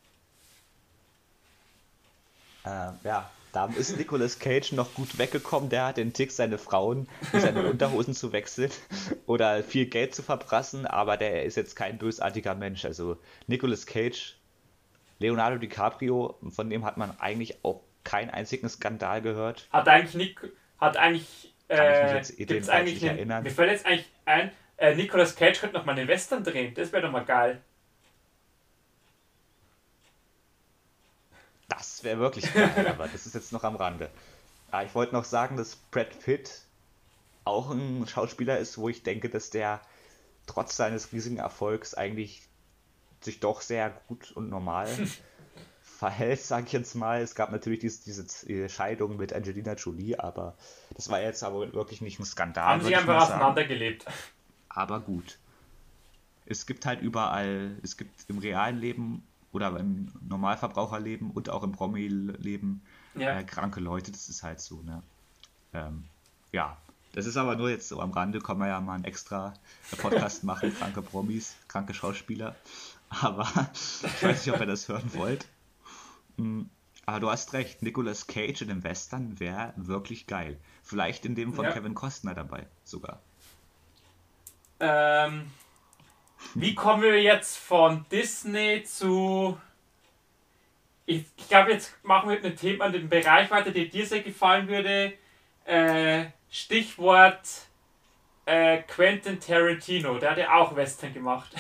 Äh, ja, da ist Nicolas Cage noch gut weggekommen. Der hat den Tick, seine Frauen in seine Unterhosen zu wechseln oder viel Geld zu verprassen, aber der ist jetzt kein bösartiger Mensch. Also Nicolas Cage, Leonardo DiCaprio, von dem hat man eigentlich auch keinen einzigen Skandal gehört. Hat eigentlich Nick, hat eigentlich, Kann ich mich äh, jetzt gibt's jedenfalls eigentlich nicht einen, erinnern. mir fällt jetzt eigentlich ein, äh, Nicolas Cage könnte noch mal einen Western drehen, das wäre doch mal geil. Das wäre wirklich geil, aber das ist jetzt noch am Rande. Ah, ich wollte noch sagen, dass Brad Pitt auch ein Schauspieler ist, wo ich denke, dass der trotz seines riesigen Erfolgs eigentlich sich doch sehr gut und normal verhält, sage ich jetzt mal. Es gab natürlich diese, diese Scheidung mit Angelina Jolie, aber das war jetzt aber wirklich nicht ein Skandal, Haben sie würde ich mal einfach sagen. auseinandergelebt. Aber gut. Es gibt halt überall, es gibt im realen Leben oder im Normalverbraucherleben und auch im Promi-Leben Ja. äh, kranke Leute, das ist halt so, ne? Ähm, ja, das ist aber nur jetzt so am Rande, kann man ja mal einen extra Podcast machen, kranke Promis, kranke Schauspieler. Aber ich weiß nicht, ob ihr das hören wollt. Mm, Aber du hast recht, Nicolas Cage in dem Western wäre wirklich geil. Vielleicht in dem von Ja. Kevin Costner dabei sogar. Ähm, wie kommen wir jetzt von Disney zu... Ich, ich glaube, jetzt machen wir mit einem Thema in den Bereich weiter, der dir sehr gefallen würde. Äh, Stichwort äh, Quentin Tarantino, der hat ja auch Western gemacht.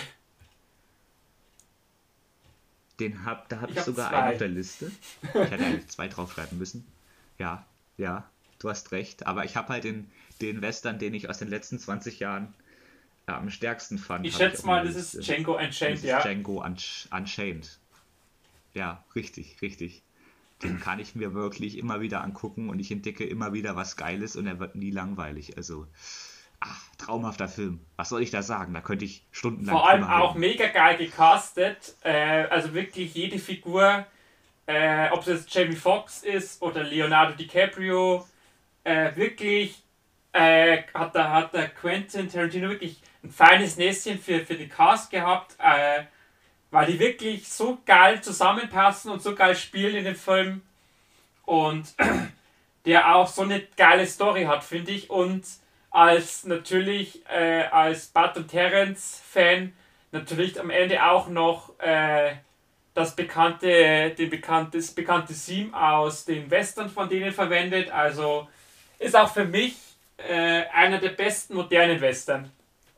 Den hab, da habe Ich ich hab sogar zwei. einen auf der Liste. Ich hätte eigentlich zwei draufschreiben müssen. Ja, ja, du hast recht. Aber ich habe halt den, den Western, den ich aus den letzten zwanzig Jahren äh, am stärksten fand. Ich habe schätze auf mal, meiner das ist Liste. Django Und Unchained, das ist ja. Django Unch Unchained. Ja, richtig, richtig. Den kann ich mir wirklich immer wieder angucken und ich entdecke immer wieder was Geiles und er wird nie langweilig. Also, ach, traumhafter Film. Was soll ich da sagen? Da könnte ich stundenlang Vor allem drüber auch reden. mega geil gecastet. Äh, also wirklich jede Figur, äh, ob es jetzt Jamie Foxx ist oder Leonardo DiCaprio, äh, wirklich äh, hat, der, hat der Quentin Tarantino wirklich ein feines Näschen für, für den Cast gehabt, äh, weil die wirklich so geil zusammenpassen und so geil spielen in dem Film und der auch so eine geile Story hat, finde ich. Und als natürlich äh, als Bud und Terrence Fan natürlich am Ende auch noch äh, das bekannte, den bekanntes, bekannte Theme aus den Western von denen verwendet. Also ist auch für mich äh, einer der besten modernen Western.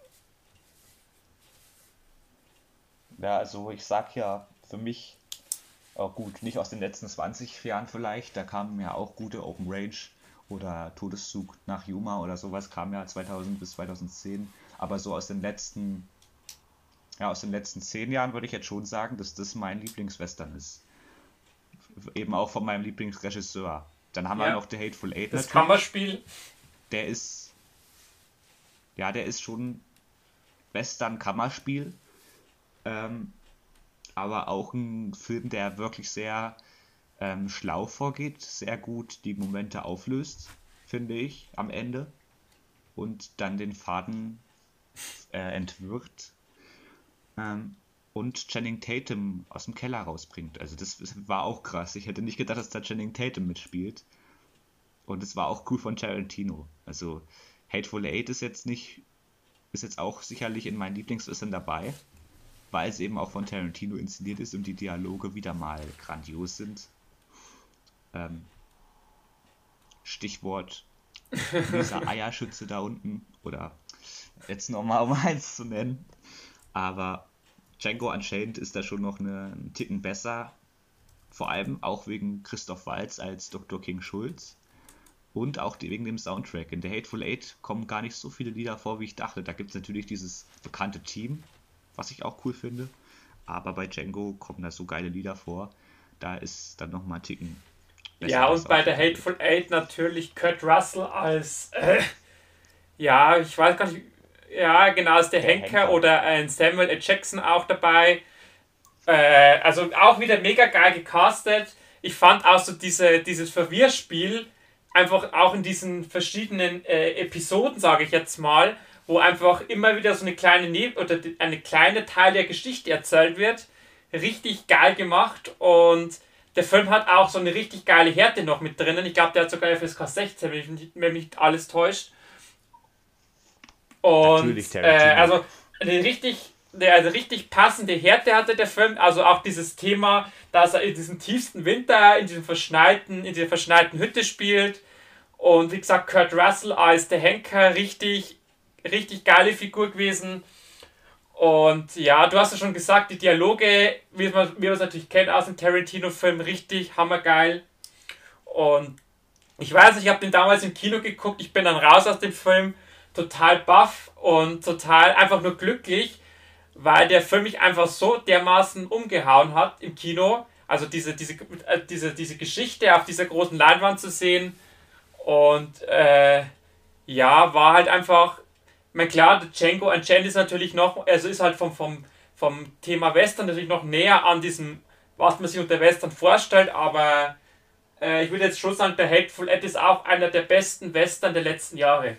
Ja, also ich sag ja, für mich, oh gut, nicht aus den letzten zwanzig Jahren vielleicht, da kamen ja auch gute Open Range oder Todeszug nach Yuma oder sowas, kam ja zweitausend bis zweitausendzehn, aber so aus den letzten, ja, aus den letzten zehn Jahren würde ich jetzt schon sagen, dass das mein Lieblingswestern ist. Eben auch von meinem Lieblingsregisseur. Dann haben wir Ja. noch The Hateful Eight Das natürlich. Kammerspiel. Der ist, ja, der ist schon Western-Kammerspiel, ähm, aber auch ein Film, der wirklich sehr ähm, schlau vorgeht, sehr gut die Momente auflöst, finde ich, am Ende und dann den Faden äh, entwirrt ähm, und Channing Tatum aus dem Keller rausbringt. Also das, das war auch krass. Ich hätte nicht gedacht, dass da Channing Tatum mitspielt. Und es war auch cool von Tarantino. Also Hateful Eight ist jetzt nicht, ist jetzt auch sicherlich in meinen Lieblingswestern dabei, weil es eben auch von Tarantino inszeniert ist und die Dialoge wieder mal grandios sind. Ähm, Stichwort dieser Eierschütze da unten oder jetzt nochmal um eins zu nennen. Aber Django Unchained ist da schon noch eine, einen Ticken besser. Vor allem auch wegen Christoph Waltz als Doktor King Schulz. Und auch die, wegen dem Soundtrack. In The Hateful Eight kommen gar nicht so viele Lieder vor, wie ich dachte. Da gibt es natürlich dieses bekannte Team, was ich auch cool finde. Aber bei Django kommen da so geile Lieder vor. Da ist dann nochmal ein Ticken besser. Ja, das und bei der Soundtrack. Hateful Eight natürlich Kurt Russell als, äh, ja, ich weiß gar nicht, Ja, genau, ist der, Der Henker, Henker. oder ein Samuel L. Jackson auch dabei. Äh, also auch wieder mega geil gecastet. Ich fand auch so diese, dieses Verwirrspiel einfach auch in diesen verschiedenen äh, Episoden, sage ich jetzt mal, wo einfach immer wieder so eine kleine ne oder eine kleine Teil der Geschichte erzählt wird, richtig geil gemacht. Und der Film hat auch so eine richtig geile Härte noch mit drinnen. Ich glaube, der hat sogar F S K sechzehn, wenn mich nicht, wenn mich nicht alles täuscht. Und Natürlich äh, Tarantino. also eine richtig, eine, also richtig passende Härte hatte der Film. Also auch dieses Thema, dass er in diesem tiefsten Winter, in diesem verschneiten, in dieser verschneiten Hütte spielt. Und wie gesagt, Kurt Russell als der Henker, richtig, richtig geile Figur gewesen. Und ja, du hast ja schon gesagt, die Dialoge, wie man, wie man es natürlich kennt aus dem Tarantino-Film, richtig hammergeil. Und ich weiß nicht, ich habe den damals im Kino geguckt, ich bin dann raus aus dem Film, total baff und total einfach nur glücklich, weil der Film mich einfach so dermaßen umgehauen hat im Kino. Also diese, diese, äh, diese, diese Geschichte auf dieser großen Leinwand zu sehen. Und äh, ja, war halt einfach, ich meine, klar, Django Unchained ist natürlich noch, also ist halt vom, vom, vom Thema Western natürlich noch näher an diesem, was man sich unter Western vorstellt, aber äh, ich würde jetzt schon sagen, der Hateful Eight ist auch einer der besten Western der letzten Jahre.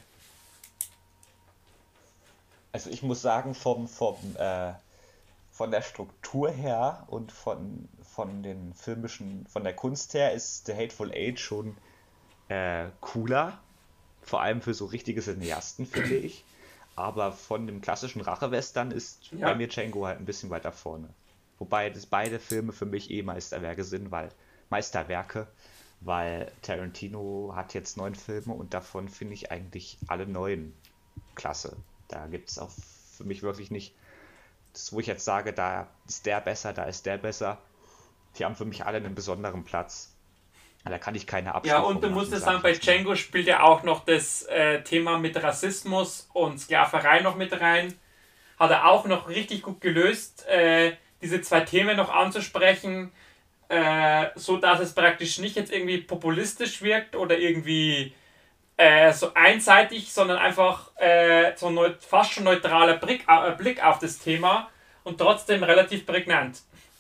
Also ich muss sagen, vom, vom, äh, von der Struktur her und von, von den filmischen, von der Kunst her ist The Hateful Eight schon äh, cooler. Vor allem für so richtige Cineasten, finde ich. Aber von dem klassischen Rache-Western ist bei Ja. mir Django halt ein bisschen weiter vorne. Wobei das beide Filme für mich eh Meisterwerke sind, weil Meisterwerke, weil Tarantino hat jetzt neun Filme und davon finde ich eigentlich alle neun klasse. Da gibt es auch für mich wirklich nicht das, wo ich jetzt sage, da ist der besser, da ist der besser. Die haben für mich alle einen besonderen Platz. Da kann ich keine Ja, und Abstufung du musst machen, ja sage sagen, ich bei jetzt mal. Django spielt ja auch noch das äh, Thema mit Rassismus und Sklaverei noch mit rein. Hat er auch noch richtig gut gelöst, äh, diese zwei Themen noch anzusprechen, äh, so dass es praktisch nicht jetzt irgendwie populistisch wirkt oder irgendwie äh, so einseitig, sondern einfach äh, so neu, fast schon neutraler Blick, äh, Blick auf das Thema und trotzdem relativ prägnant.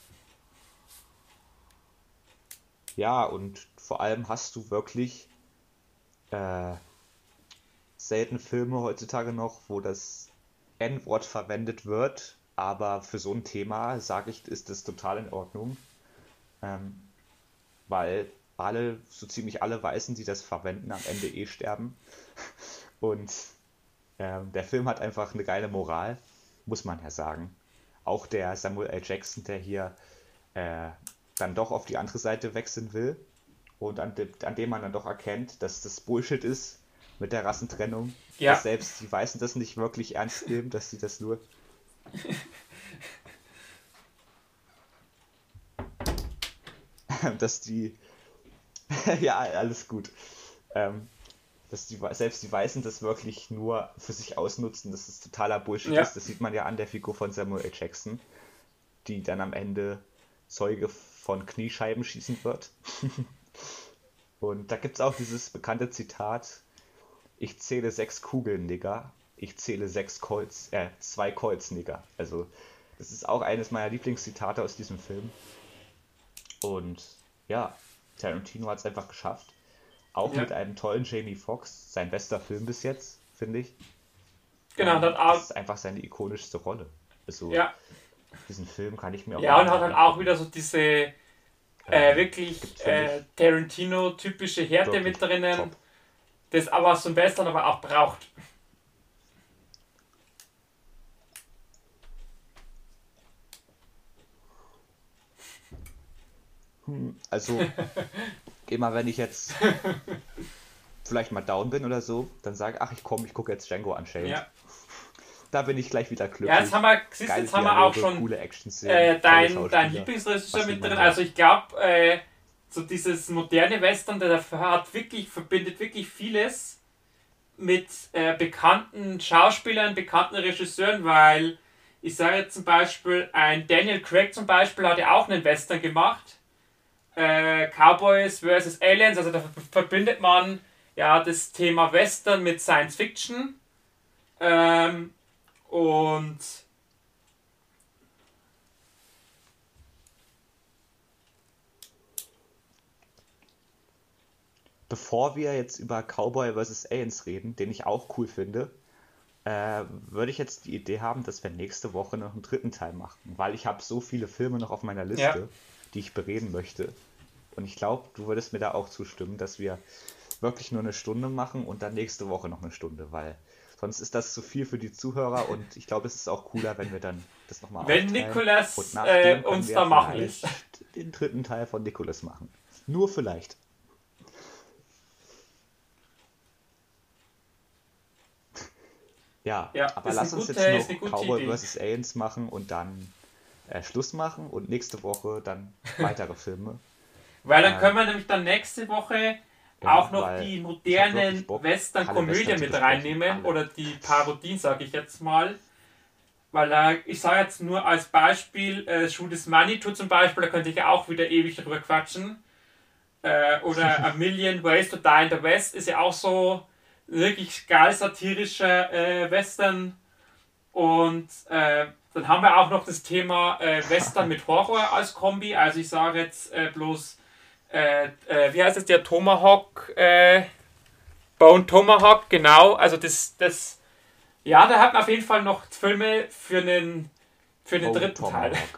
Ja, und vor allem hast du wirklich äh, selten Filme heutzutage noch, wo das N-Wort verwendet wird, aber für so ein Thema, sage ich, ist das total in Ordnung, ähm, weil alle, so ziemlich alle Weißen, die das verwenden, am Ende eh sterben. Und ähm, der Film hat einfach eine geile Moral, muss man ja sagen. Auch der Samuel L. Jackson, der hier äh, dann doch auf die andere Seite wechseln will und an, de an dem man dann doch erkennt, dass das Bullshit ist mit der Rassentrennung, dass Ja, selbst die Weißen das nicht wirklich ernst nehmen, dass sie das nur, dass die, ja, alles gut, ähm, dass die, selbst die Weißen das wirklich nur für sich ausnutzen, dass es totaler Bullshit ja. ist. Das sieht man ja an der Figur von Samuel L. Jackson, die dann am Ende Zeuge von Kniescheibenschießen wird. Und da gibt es auch dieses bekannte Zitat: Ich zähle sechs Kugeln, Nigger. Ich zähle sechs Colts, äh, zwei Colts, Nigger. Also, das ist auch eines meiner Lieblingszitate aus diesem Film. Und ja, Tarantino hat es einfach geschafft. Auch Ja. mit einem tollen Jamie Foxx, sein bester Film bis jetzt, finde ich. Genau, und Ähm, hat das auch, ist einfach seine ikonischste Rolle. Also, ja, diesen Film kann ich mir auch ja, immer und hat wieder halt auch angucken. wieder so diese äh, Ähm, wirklich gibt für äh, mich Tarantino-typische Härte wirklich mit drinnen, top. das aber so ein Western aber auch braucht. Hm, also, immer wenn ich jetzt vielleicht mal down bin oder so, dann sage ach, ich komme, ich gucke jetzt Django Unchained. Ja. Da bin ich gleich wieder Ja, jetzt haben glücklich. wir, siehst, Geile jetzt haben wir auch Dialoge, schon coole Action-Szenen, äh, tolle dein, dein Schauspieler. Lieblingsregisseur Was will mit man drin. mehr? Also ich glaube, äh, so dieses moderne Western, der hat wirklich, verbindet wirklich vieles mit äh, bekannten Schauspielern, bekannten Regisseuren, weil ich sage jetzt zum Beispiel, ein Daniel Craig zum Beispiel hat ja auch einen Western gemacht. Äh, Cowboys versus. Aliens, also da verbindet man ja das Thema Western mit Science Fiction. Ähm, Und Bevor wir jetzt über Cowboy versus. Aliens reden, den ich auch cool finde, äh, würde ich jetzt die Idee haben, dass wir nächste Woche noch einen dritten Teil machen, weil ich habe so viele Filme noch auf meiner ja, Liste, die ich bereden möchte. Und ich glaube, du würdest mir da auch zustimmen, dass wir wirklich nur eine Stunde machen und dann nächste Woche noch eine Stunde, weil sonst ist das zu viel für die Zuhörer und ich glaube, es ist auch cooler, wenn wir dann das nochmal wenn aufteilen. Und Nikolas äh, nachdem können uns wir da machen lässt. vielleicht den dritten Teil von Nicholas machen. Nur vielleicht. Ja, Ja, aber ist, ein lass uns gute, jetzt ist eine noch gute Cowboy Idee. versus. Aliens machen und dann äh, Schluss machen und nächste Woche dann weitere Filme. Weil dann können Ähm, wir nämlich dann nächste Woche ja, auch noch weil die ich habe wirklich modernen Bock, alle Western-Komödien Western zu mit besprechen. reinnehmen Alle. oder die Parodien, sage ich jetzt mal. Weil da, ich sage jetzt nur als Beispiel, äh, Schuh des Manitou zum Beispiel, da könnte ich ja auch wieder ewig drüber quatschen. Äh, oder A Million Ways to Die in the West ist ja auch so wirklich geil satirischer äh, Western. Und äh, dann haben wir auch noch das Thema äh, Western mit Horror als Kombi. Also ich sage jetzt äh, bloß, äh, äh, wie heißt es, der Tomahawk, äh, Bone Tomahawk, genau. Also das, das, ja, da hat man auf jeden Fall noch Filme für einen, für den Oh, dritten Teil. Tomahawk.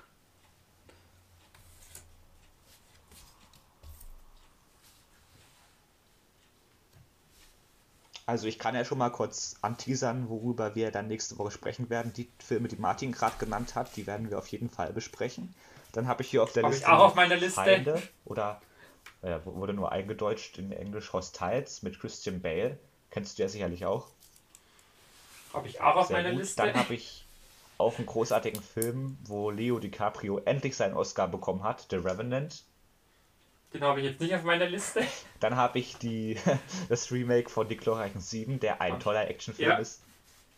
Also ich kann ja schon mal kurz anteasern, worüber wir dann nächste Woche sprechen werden. Die Filme, die Martin gerade genannt hat, die werden wir auf jeden Fall besprechen. Dann habe ich hier auf der Habe ich Liste auch auf noch meiner Liste. Feinde oder äh, wurde nur eingedeutscht in Englisch Hostiles mit Christian Bale. Kennst du ja sicherlich auch. Habe ich auch auf Sehr meiner gut. Liste. Dann habe ich auch einen großartigen Film, wo Leo DiCaprio endlich seinen Oscar bekommen hat, The Revenant. Den habe ich jetzt nicht auf meiner Liste. Dann habe ich die, das Remake von Die glorreichen Sieben, der ein toller Actionfilm Ja. ist.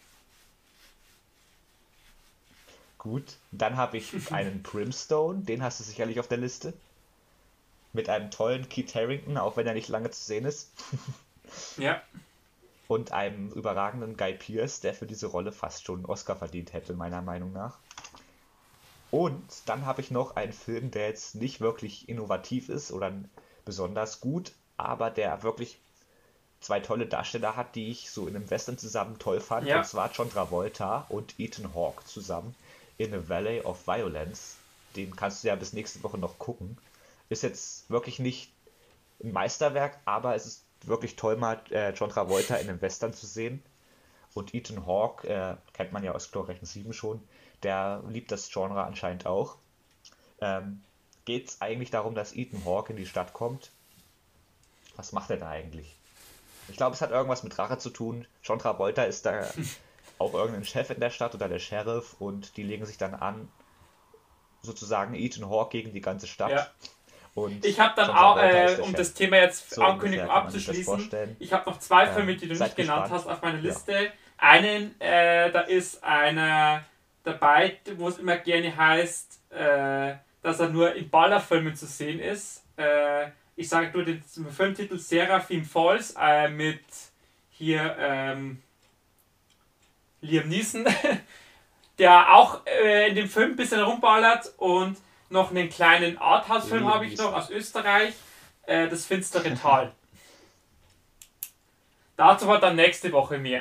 Gut. Dann habe ich einen Brimstone, den hast du sicherlich auf der Liste. Mit einem tollen Keith Harington, auch wenn er nicht lange zu sehen ist. Ja. Und einem überragenden Guy Pearce, der für diese Rolle fast schon einen Oscar verdient hätte, meiner Meinung nach. Und dann habe ich noch einen Film, der jetzt nicht wirklich innovativ ist oder besonders gut, aber der wirklich zwei tolle Darsteller hat, die ich so in einem Western zusammen toll fand. Ja. Und zwar John Travolta und Ethan Hawke zusammen in A Valley of Violence. Den kannst du ja bis nächste Woche noch gucken. Ist jetzt wirklich nicht ein Meisterwerk, aber es ist wirklich toll, mal äh, John Travolta in einem Western zu sehen. Und Ethan Hawke, äh, kennt man ja aus glorreichen Sieben schon, der liebt das Genre anscheinend auch. Ähm, Geht es eigentlich darum, dass Ethan Hawke in die Stadt kommt? Was macht er da eigentlich? Ich glaube, es hat irgendwas mit Rache zu tun. John Travolta ist da auch irgendein Chef in der Stadt oder der Sheriff und die legen sich dann an, sozusagen Ethan Hawke gegen die ganze Stadt. Ja. Und Ich habe dann John auch, Travolta ist äh, der um Chef. das Thema jetzt So Ankündigung ungefähr kann man sich das abzuschließen, vorstellen. ich habe noch zwei Ähm, Filme, die du seid nicht genannt gespannt. hast auf meiner Ja. Liste. Einen, äh, da ist einer dabei, wo es immer gerne heißt, äh, dass er nur in Ballerfilmen zu sehen ist. Äh, ich sage nur den Filmtitel Seraphim Falls äh, mit hier ähm, Liam Neeson, der auch äh, in dem Film ein bisschen rumballert, und noch einen kleinen Arthouse-Film Liam habe ich noch Neeson. aus Österreich, äh, das finstere Tal. Dazu war dann nächste Woche mehr.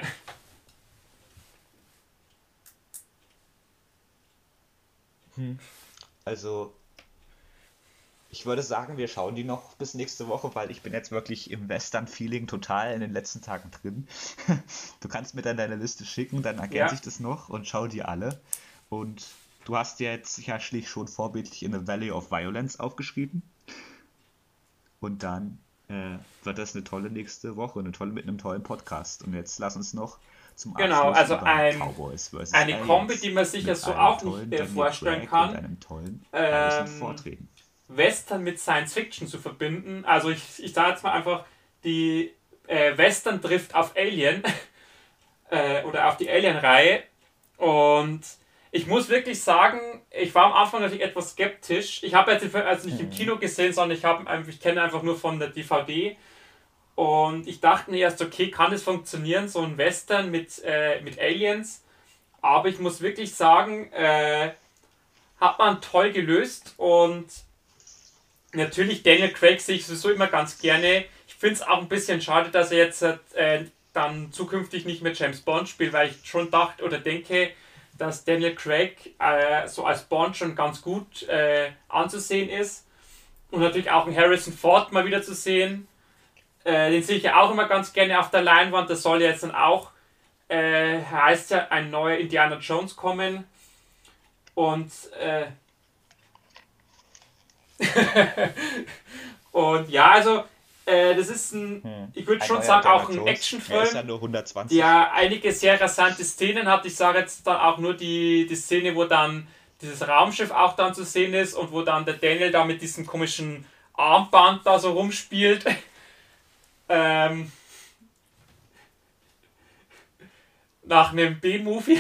Also, ich würde sagen, wir schauen die noch bis nächste Woche, weil ich bin jetzt wirklich im Western-Feeling total in den letzten Tagen drin. Du kannst mir dann deine Liste schicken, dann ergänze Ja. ich das noch und schau die alle. Und du hast dir jetzt sicherlich schon vorbildlich in The Valley of Violence aufgeschrieben. Und dann äh, wird das eine tolle nächste Woche, eine tolle mit einem tollen Podcast. Und jetzt lass uns noch zum Abschluss Genau, also über ein- Cowboys versus. Eine Aliens Kombi, die man sich ja mit so einem auch tollen nicht äh, Daniel vorstellen Craig kann. und einem tollen Ähm, Harrison Ford reden. Western mit Science Fiction zu verbinden. Also ich, ich sage jetzt mal einfach, die äh, Western trifft auf Alien äh, oder auf die Alien-Reihe. Und ich muss wirklich sagen, ich war am Anfang natürlich etwas skeptisch. Ich habe jetzt den Film also nicht im Mhm. Kino gesehen, sondern ich, hab, einfach- ich kenne einfach nur von der D V D. Und ich dachte mir erst, okay, kann das funktionieren, so ein Western mit, äh, mit Aliens. aber ich muss wirklich sagen, äh, hat man toll gelöst und natürlich Daniel Craig sehe ich sowieso immer ganz gerne. Ich finde es auch ein bisschen schade, dass er jetzt äh, dann zukünftig nicht mehr James Bond spielt, weil ich schon dachte oder denke, dass Daniel Craig äh, so als Bond schon ganz gut äh, anzusehen ist. Und natürlich auch einen Harrison Ford mal wieder zu sehen. Äh, den sehe ich ja auch immer ganz gerne auf der Leinwand. Das soll jetzt dann auch, äh, heißt ja, ein neuer Indiana Jones kommen. Und äh, und ja, also äh, das ist ein, hm. ich würde schon sagen, auch ein Actionfilm, ist ja nur hundertzwanzig. der einige sehr rasante Szenen hat. Ich sage jetzt dann auch nur die, die Szene, wo dann dieses Raumschiff auch dann zu sehen ist und wo dann der Daniel da mit diesem komischen Armband da so rumspielt. ähm, nach einem B-Movie.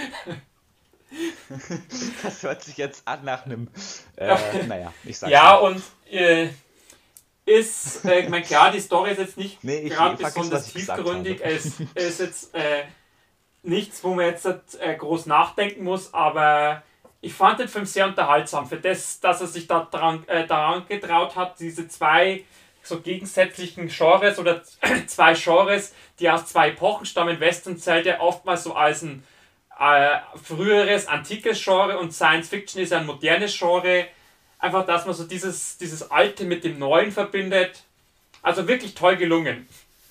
Das hört sich jetzt an nach einem, äh, naja, ich sag's Ja, nicht. und äh, ist, äh, ich meine, klar, die Story ist jetzt nicht Nee, ich- gerade ich vergiss, besonders was ich gesagt tiefgründig. habe. Es ist jetzt äh, nichts, wo man jetzt äh, groß nachdenken muss, aber ich fand den Film sehr unterhaltsam. Für das, dass er sich da dran, äh, daran getraut hat, diese zwei so gegensätzlichen Genres oder zwei Genres, die aus zwei Epochen stammen. Western zählt ja oftmals so als ein äh, früheres, antikes Genre und Science Fiction ist ein modernes Genre. Einfach, dass man so dieses, dieses Alte mit dem Neuen verbindet. Also wirklich toll gelungen.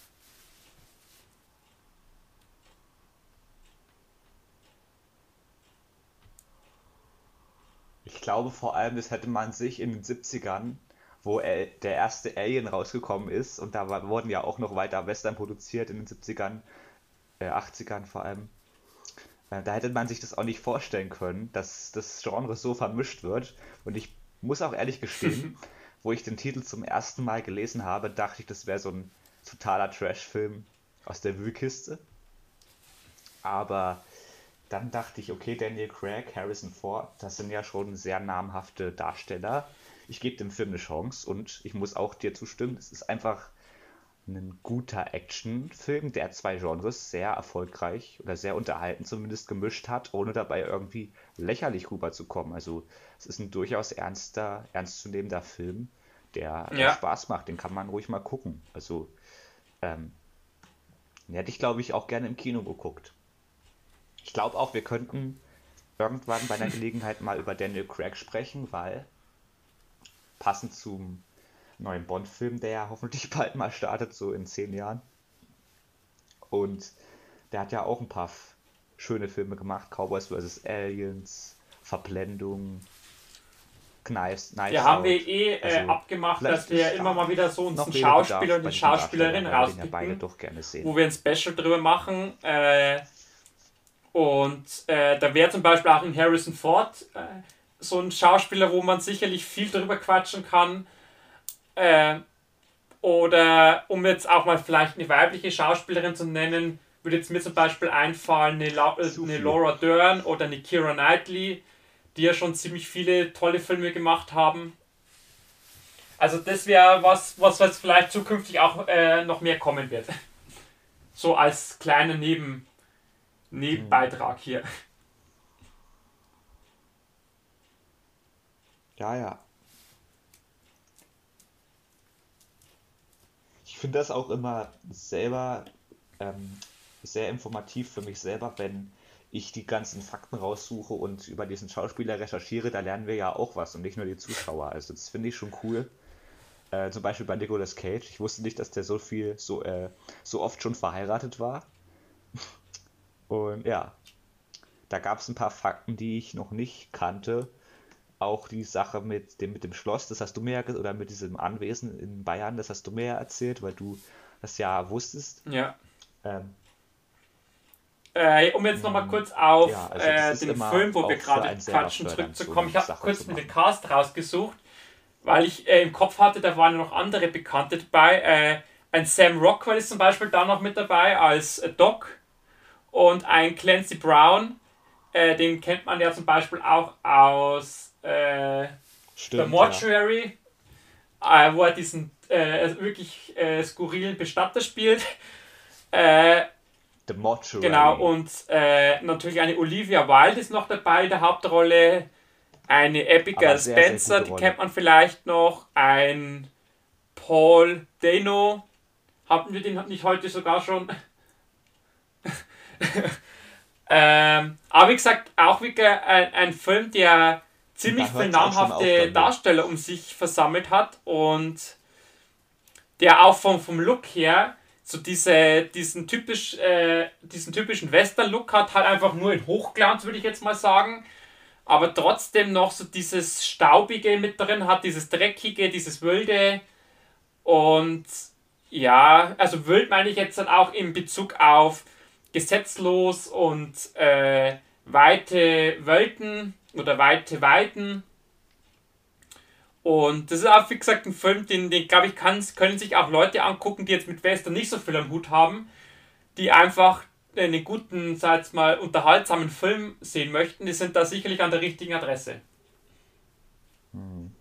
Ich glaube vor allem, das hätte man sich in den siebzigern, wo äh, der erste Alien rausgekommen ist, und da war, wurden ja auch noch weiter Western produziert in den siebzigern, äh, achtzigern vor allem. Äh, Da hätte man sich das auch nicht vorstellen können, dass das Genre so vermischt wird. Und ich muss auch ehrlich gestehen, wo ich den Titel zum ersten Mal gelesen habe, dachte ich, das wäre so ein totaler Trash-Film aus der Wühlkiste. Aber dann dachte ich, okay, Daniel Craig, Harrison Ford, das sind ja schon sehr namhafte Darsteller. Ich gebe dem Film eine Chance und ich muss auch dir zustimmen, es ist einfach ein guter Actionfilm, der zwei Genres sehr erfolgreich oder sehr unterhalten zumindest gemischt hat, ohne dabei irgendwie lächerlich rüberzukommen. Also es ist ein durchaus ernster, ernstzunehmender Film, der, der Ja. Spaß macht. Den kann man ruhig mal gucken. Also ähm, den hätte ich, glaube ich, auch gerne im Kino geguckt. Ich glaube auch, wir könnten irgendwann bei einer Gelegenheit mal über Daniel Craig sprechen, weil passend zum neuen Bond-Film, der ja hoffentlich bald mal startet, so in zehn Jahren. Und der hat ja auch ein paar f- schöne Filme gemacht. Cowboys versus. Aliens, Verblendung, Knives, Knives Ja, haben wir Out. eh äh, Also abgemacht, vielleicht dass wir ist immer da mal wieder so uns noch einen Redebedarf Schauspieler und bei eine diesen Schauspielerin Darstellern, weil wir den ja beide rauspicken, doch gerne sehen. wo wir ein Special drüber machen. Äh, und äh, da wäre zum Beispiel auch ein Harrison Ford äh, so ein Schauspieler, wo man sicherlich viel drüber quatschen kann. Äh, oder um jetzt auch mal vielleicht eine weibliche Schauspielerin zu nennen, würde jetzt mir zum Beispiel einfallen eine, La Zu eine viel. Laura Dern oder eine Keira Knightley, die ja schon ziemlich viele tolle Filme gemacht haben. Also das wäre was, was jetzt vielleicht zukünftig auch äh, noch mehr kommen wird. So als kleiner Neben Nebenbeitrag hier. Ja, ja. Ich finde das auch immer selber ähm, sehr informativ für mich selber, wenn ich die ganzen Fakten raussuche und über diesen Schauspieler recherchiere, da lernen wir ja auch was und nicht nur die Zuschauer. Also das finde ich schon cool. Äh, zum Beispiel bei Nicolas Cage. Ich wusste nicht, dass der so viel, so, äh, so oft schon verheiratet war. Und ja, da gab es ein paar Fakten, die ich noch nicht kannte. Auch die Sache mit dem, mit dem Schloss, das hast du mir ja, ge- oder mit diesem Anwesen in Bayern, das hast du mir ja erzählt, weil du das ja wusstest. Ja. Ähm, Äh, um jetzt nochmal kurz auf ja, also das äh, ist den immer Film, wo wir auch für gerade einen selber quatschen, fördernd, so zurückzukommen. eine Ich habe Sache kurz zu mit dem machen. Cast rausgesucht, weil ich äh, im Kopf hatte, da waren noch andere Bekannte dabei. Äh, ein Sam Rockwell ist zum Beispiel da noch mit dabei als äh, Doc und ein Clancy Brown, äh, den kennt man ja zum Beispiel auch aus äh, The Stimmt, ja. Mortuary, äh, wo er diesen äh, wirklich äh, skurrilen Bestatter spielt. Äh, The Mortuary. Genau, und äh, natürlich eine Olivia Wilde ist noch dabei in der Hauptrolle. Eine Abigail Aber sehr, sehr Spencer, gute die Rolle. kennt man vielleicht noch. Ein Paul Dano. Hatten wir den nicht heute sogar schon? ähm, aber wie gesagt, auch wieder ein, ein Film, der ziemlich Da viele hört's auch schon auf bei namhafte mir. Darsteller um sich versammelt hat und der auch vom, vom Look her so diese, diesen, typisch, äh, diesen typischen Western-Look hat, halt einfach nur in Hochglanz, würde ich jetzt mal sagen, aber trotzdem noch so dieses Staubige mit drin hat, dieses Dreckige, dieses Wilde und ja, also wild meine ich jetzt dann auch in Bezug auf gesetzlos und äh, weite Welten oder weite Weiten. Und das ist auch, wie gesagt, ein Film, den, den glaube ich, kann, können sich auch Leute angucken, die jetzt mit Western nicht so viel am Hut haben, die einfach einen guten, sag ich mal, unterhaltsamen Film sehen möchten. Die sind da sicherlich an der richtigen Adresse. Hm.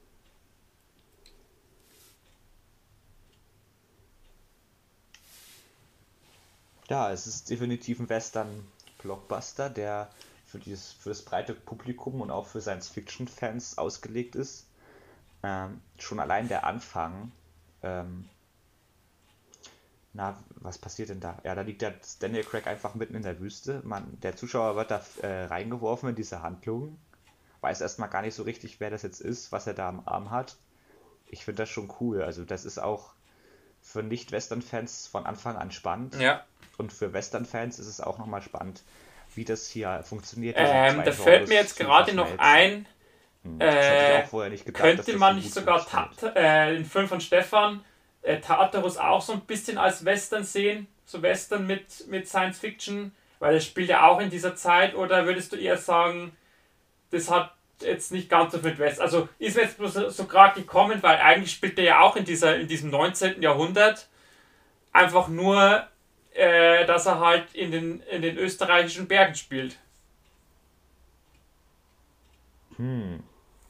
Ja, es ist definitiv ein Western-Blockbuster, der für, dieses, für das breite Publikum und auch für Science-Fiction-Fans ausgelegt ist. Ähm, schon allein der Anfang. Ähm, na, was passiert denn da? Ja, da liegt der Daniel Craig einfach mitten in der Wüste. Man, der Zuschauer wird da äh, reingeworfen in diese Handlung. Weiß erstmal gar nicht so richtig, wer das jetzt ist, was er da am Arm hat. Ich finde das schon cool. Also, das ist auch für Nicht-Western-Fans von Anfang an spannend. Ja. Und für Western-Fans ist es auch nochmal spannend, wie das hier funktioniert, diese Ähm, zwei da fällt mir Genres jetzt zu gerade noch verschmelzen. ein, Hm, das hätte ich äh, auch vorher nicht gedacht, dass könnte das man so nicht gut sogar funktioniert. Tat, äh, den Film von Stefan äh, Tartarus auch so ein bisschen als Western sehen? So Western mit, mit Science Fiction? Weil es spielt ja auch in dieser Zeit, oder würdest du eher sagen, das hat jetzt nicht ganz so viel mit Western. Also ist mir jetzt bloß so, so gerade gekommen, weil eigentlich spielt er ja auch in, dieser, in diesem neunzehnten. Jahrhundert. Einfach nur, äh, dass er halt in den, in den österreichischen Bergen spielt. Hm,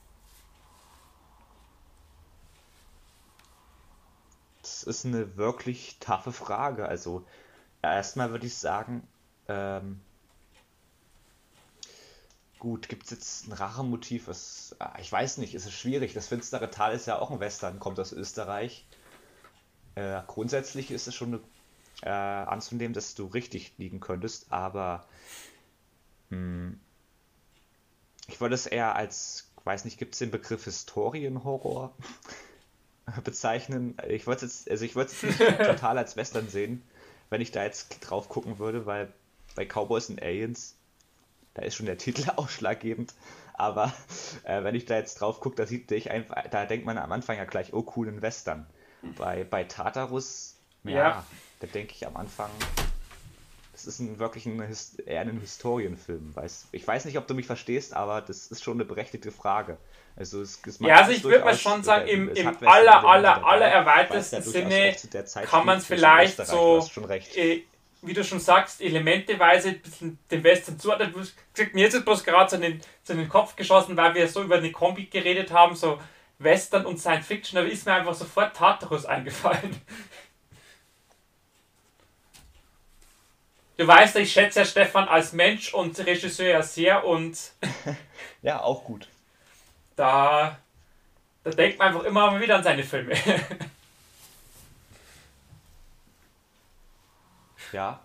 das ist eine wirklich taffe Frage. Also, ja, erstmal würde ich sagen, ähm, gut, gibt es jetzt ein Rachemotiv? Was, ah, ich weiß nicht, es ist schwierig. Das finstere Tal ist ja auch ein Western, kommt aus Österreich. Äh, grundsätzlich ist es schon äh, anzunehmen, dass du richtig liegen könntest, aber hm, ich würde es eher als, weiß nicht, gibt es den Begriff Historienhorror bezeichnen? Ich würde es jetzt, also ich würde es jetzt nicht total als Western sehen, wenn ich da jetzt drauf gucken würde, weil bei Cowboys und Aliens, da ist schon der Titel ausschlaggebend. Aber äh, wenn ich da jetzt drauf gucke, da sieht ich einfach, da denkt man am Anfang ja gleich, oh cool, ein Western. Bei, bei Tartarus, Ja. ja, da denke ich am Anfang, das ist ein, wirklich ein, His- eher ein Historienfilm. Weiß, ich weiß nicht, ob du mich verstehst, aber das ist schon eine berechtigte Frage. Also es, es, man Ja, kann also es ich würde mal durchaus, schon sagen, oder im, es im hat aller, Western-Elemente aller, aller dabei, weil es ja erweiterten durchaus auch Sinne zu der Zeit kann man spielt, es sprich in vielleicht Österreich, du hast so, schon recht. äh, wie du schon sagst, elementeweise ein bisschen den Western zuordnen. Du hast mir jetzt bloß gerade so in den, so in den Kopf geschossen, weil wir so über eine Kombi geredet haben, so Western und Science Fiction, da ist mir einfach sofort Tartarus eingefallen. Du weißt, ich schätze ja Stefan als Mensch und Regisseur ja sehr und Ja, auch gut. da, da denkt man einfach immer mal wieder an seine Filme. Ja,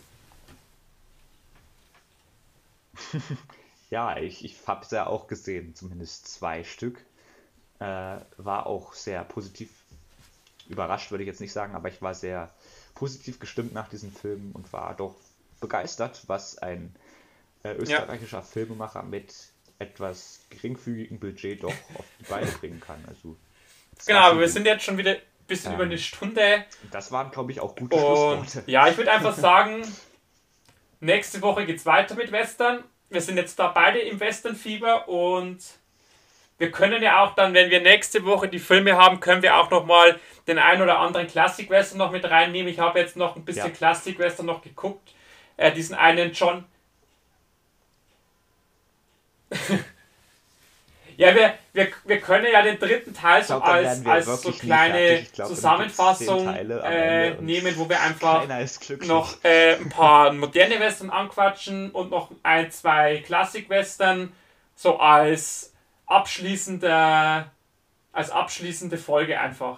ja, ich, ich habe es ja auch gesehen, zumindest zwei Stück. Äh, war auch sehr positiv überrascht, würde ich jetzt nicht sagen, aber ich war sehr positiv gestimmt nach diesem Film und war doch begeistert, was ein äh, Ja. österreichischer Filmemacher mit etwas geringfügigem Budget doch auf die Beine bringen kann. Also, es Genau, war aber schon wir sind gut. jetzt schon wieder ein bisschen über eine Ähm, Stunde. Das waren, glaube ich, auch gute Und Schlussworte. ja, ich würde einfach sagen, nächste Woche geht's weiter mit Western. Wir sind jetzt da beide im Western-Fieber und wir können ja auch dann, wenn wir nächste Woche die Filme haben, können wir auch nochmal den ein oder anderen Klassik-Western noch mit reinnehmen. Ich habe jetzt noch ein bisschen Ja, Klassik-Western noch geguckt. Äh, diesen einen John. Ja, wir, wir, wir können ja den dritten Teil Ich so glaube, dann als, werden wir als so wirklich nie kleine fertig. Ich glaube, dann gibt's zehn Zusammenfassung Teile am äh, Ende und nehmen, wo wir einfach keiner ist glücklich. noch äh, ein paar moderne Western anquatschen und noch ein, zwei Klassik-Western so als abschließende, als abschließende Folge einfach.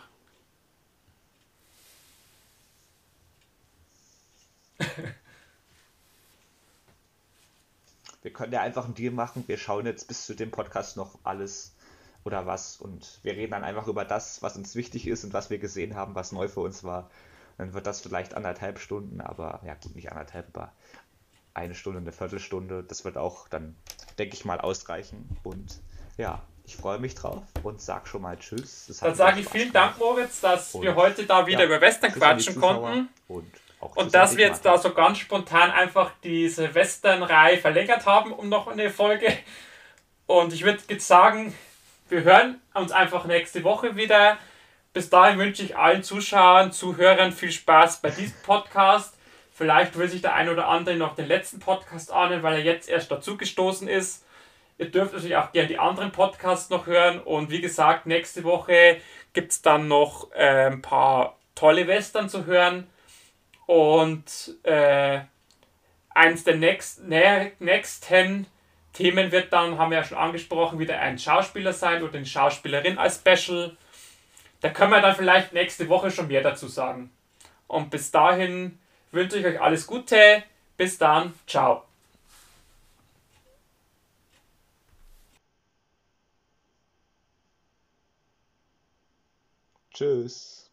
Wir können ja einfach einen Deal machen. Wir schauen jetzt bis zu dem Podcast noch alles oder was und wir reden dann einfach über das, was uns wichtig ist und was wir gesehen haben, was neu für uns war. Dann wird das vielleicht anderthalb Stunden, aber ja gut, nicht anderthalb, aber eine Stunde, eine Viertelstunde. Das wird auch dann, denke ich mal, ausreichen. Und ja, ich freue mich drauf und sag schon mal Tschüss. Es hat Dann mir sage ich Spaß vielen gemacht. Dank, Moritz, dass Und wir heute da wieder ja, über Western Tschüss an die quatschen Zuschauer konnten. und auch Und Tschüss an dass dich, wir jetzt Martin. da so ganz spontan einfach diese Western-Reihe verlängert haben um noch eine Folge. Und ich würde jetzt sagen, wir hören uns einfach nächste Woche wieder. Bis dahin wünsche ich allen Zuschauern, Zuhörern viel Spaß bei diesem Podcast. Vielleicht will sich der ein oder andere noch den letzten Podcast anhören, weil er jetzt erst dazugestoßen ist. Ihr dürft natürlich auch gerne die anderen Podcasts noch hören. Und wie gesagt, nächste Woche gibt es dann noch äh, ein paar tolle Western zu hören. Und äh, eins der nächst, nä, nächsten Themen wird dann, haben wir ja schon angesprochen, wieder ein Schauspieler sein oder eine Schauspielerin als Special. Da können wir dann vielleicht nächste Woche schon mehr dazu sagen. Und bis dahin wünsche ich euch alles Gute. Bis dann. Ciao. Tschüss.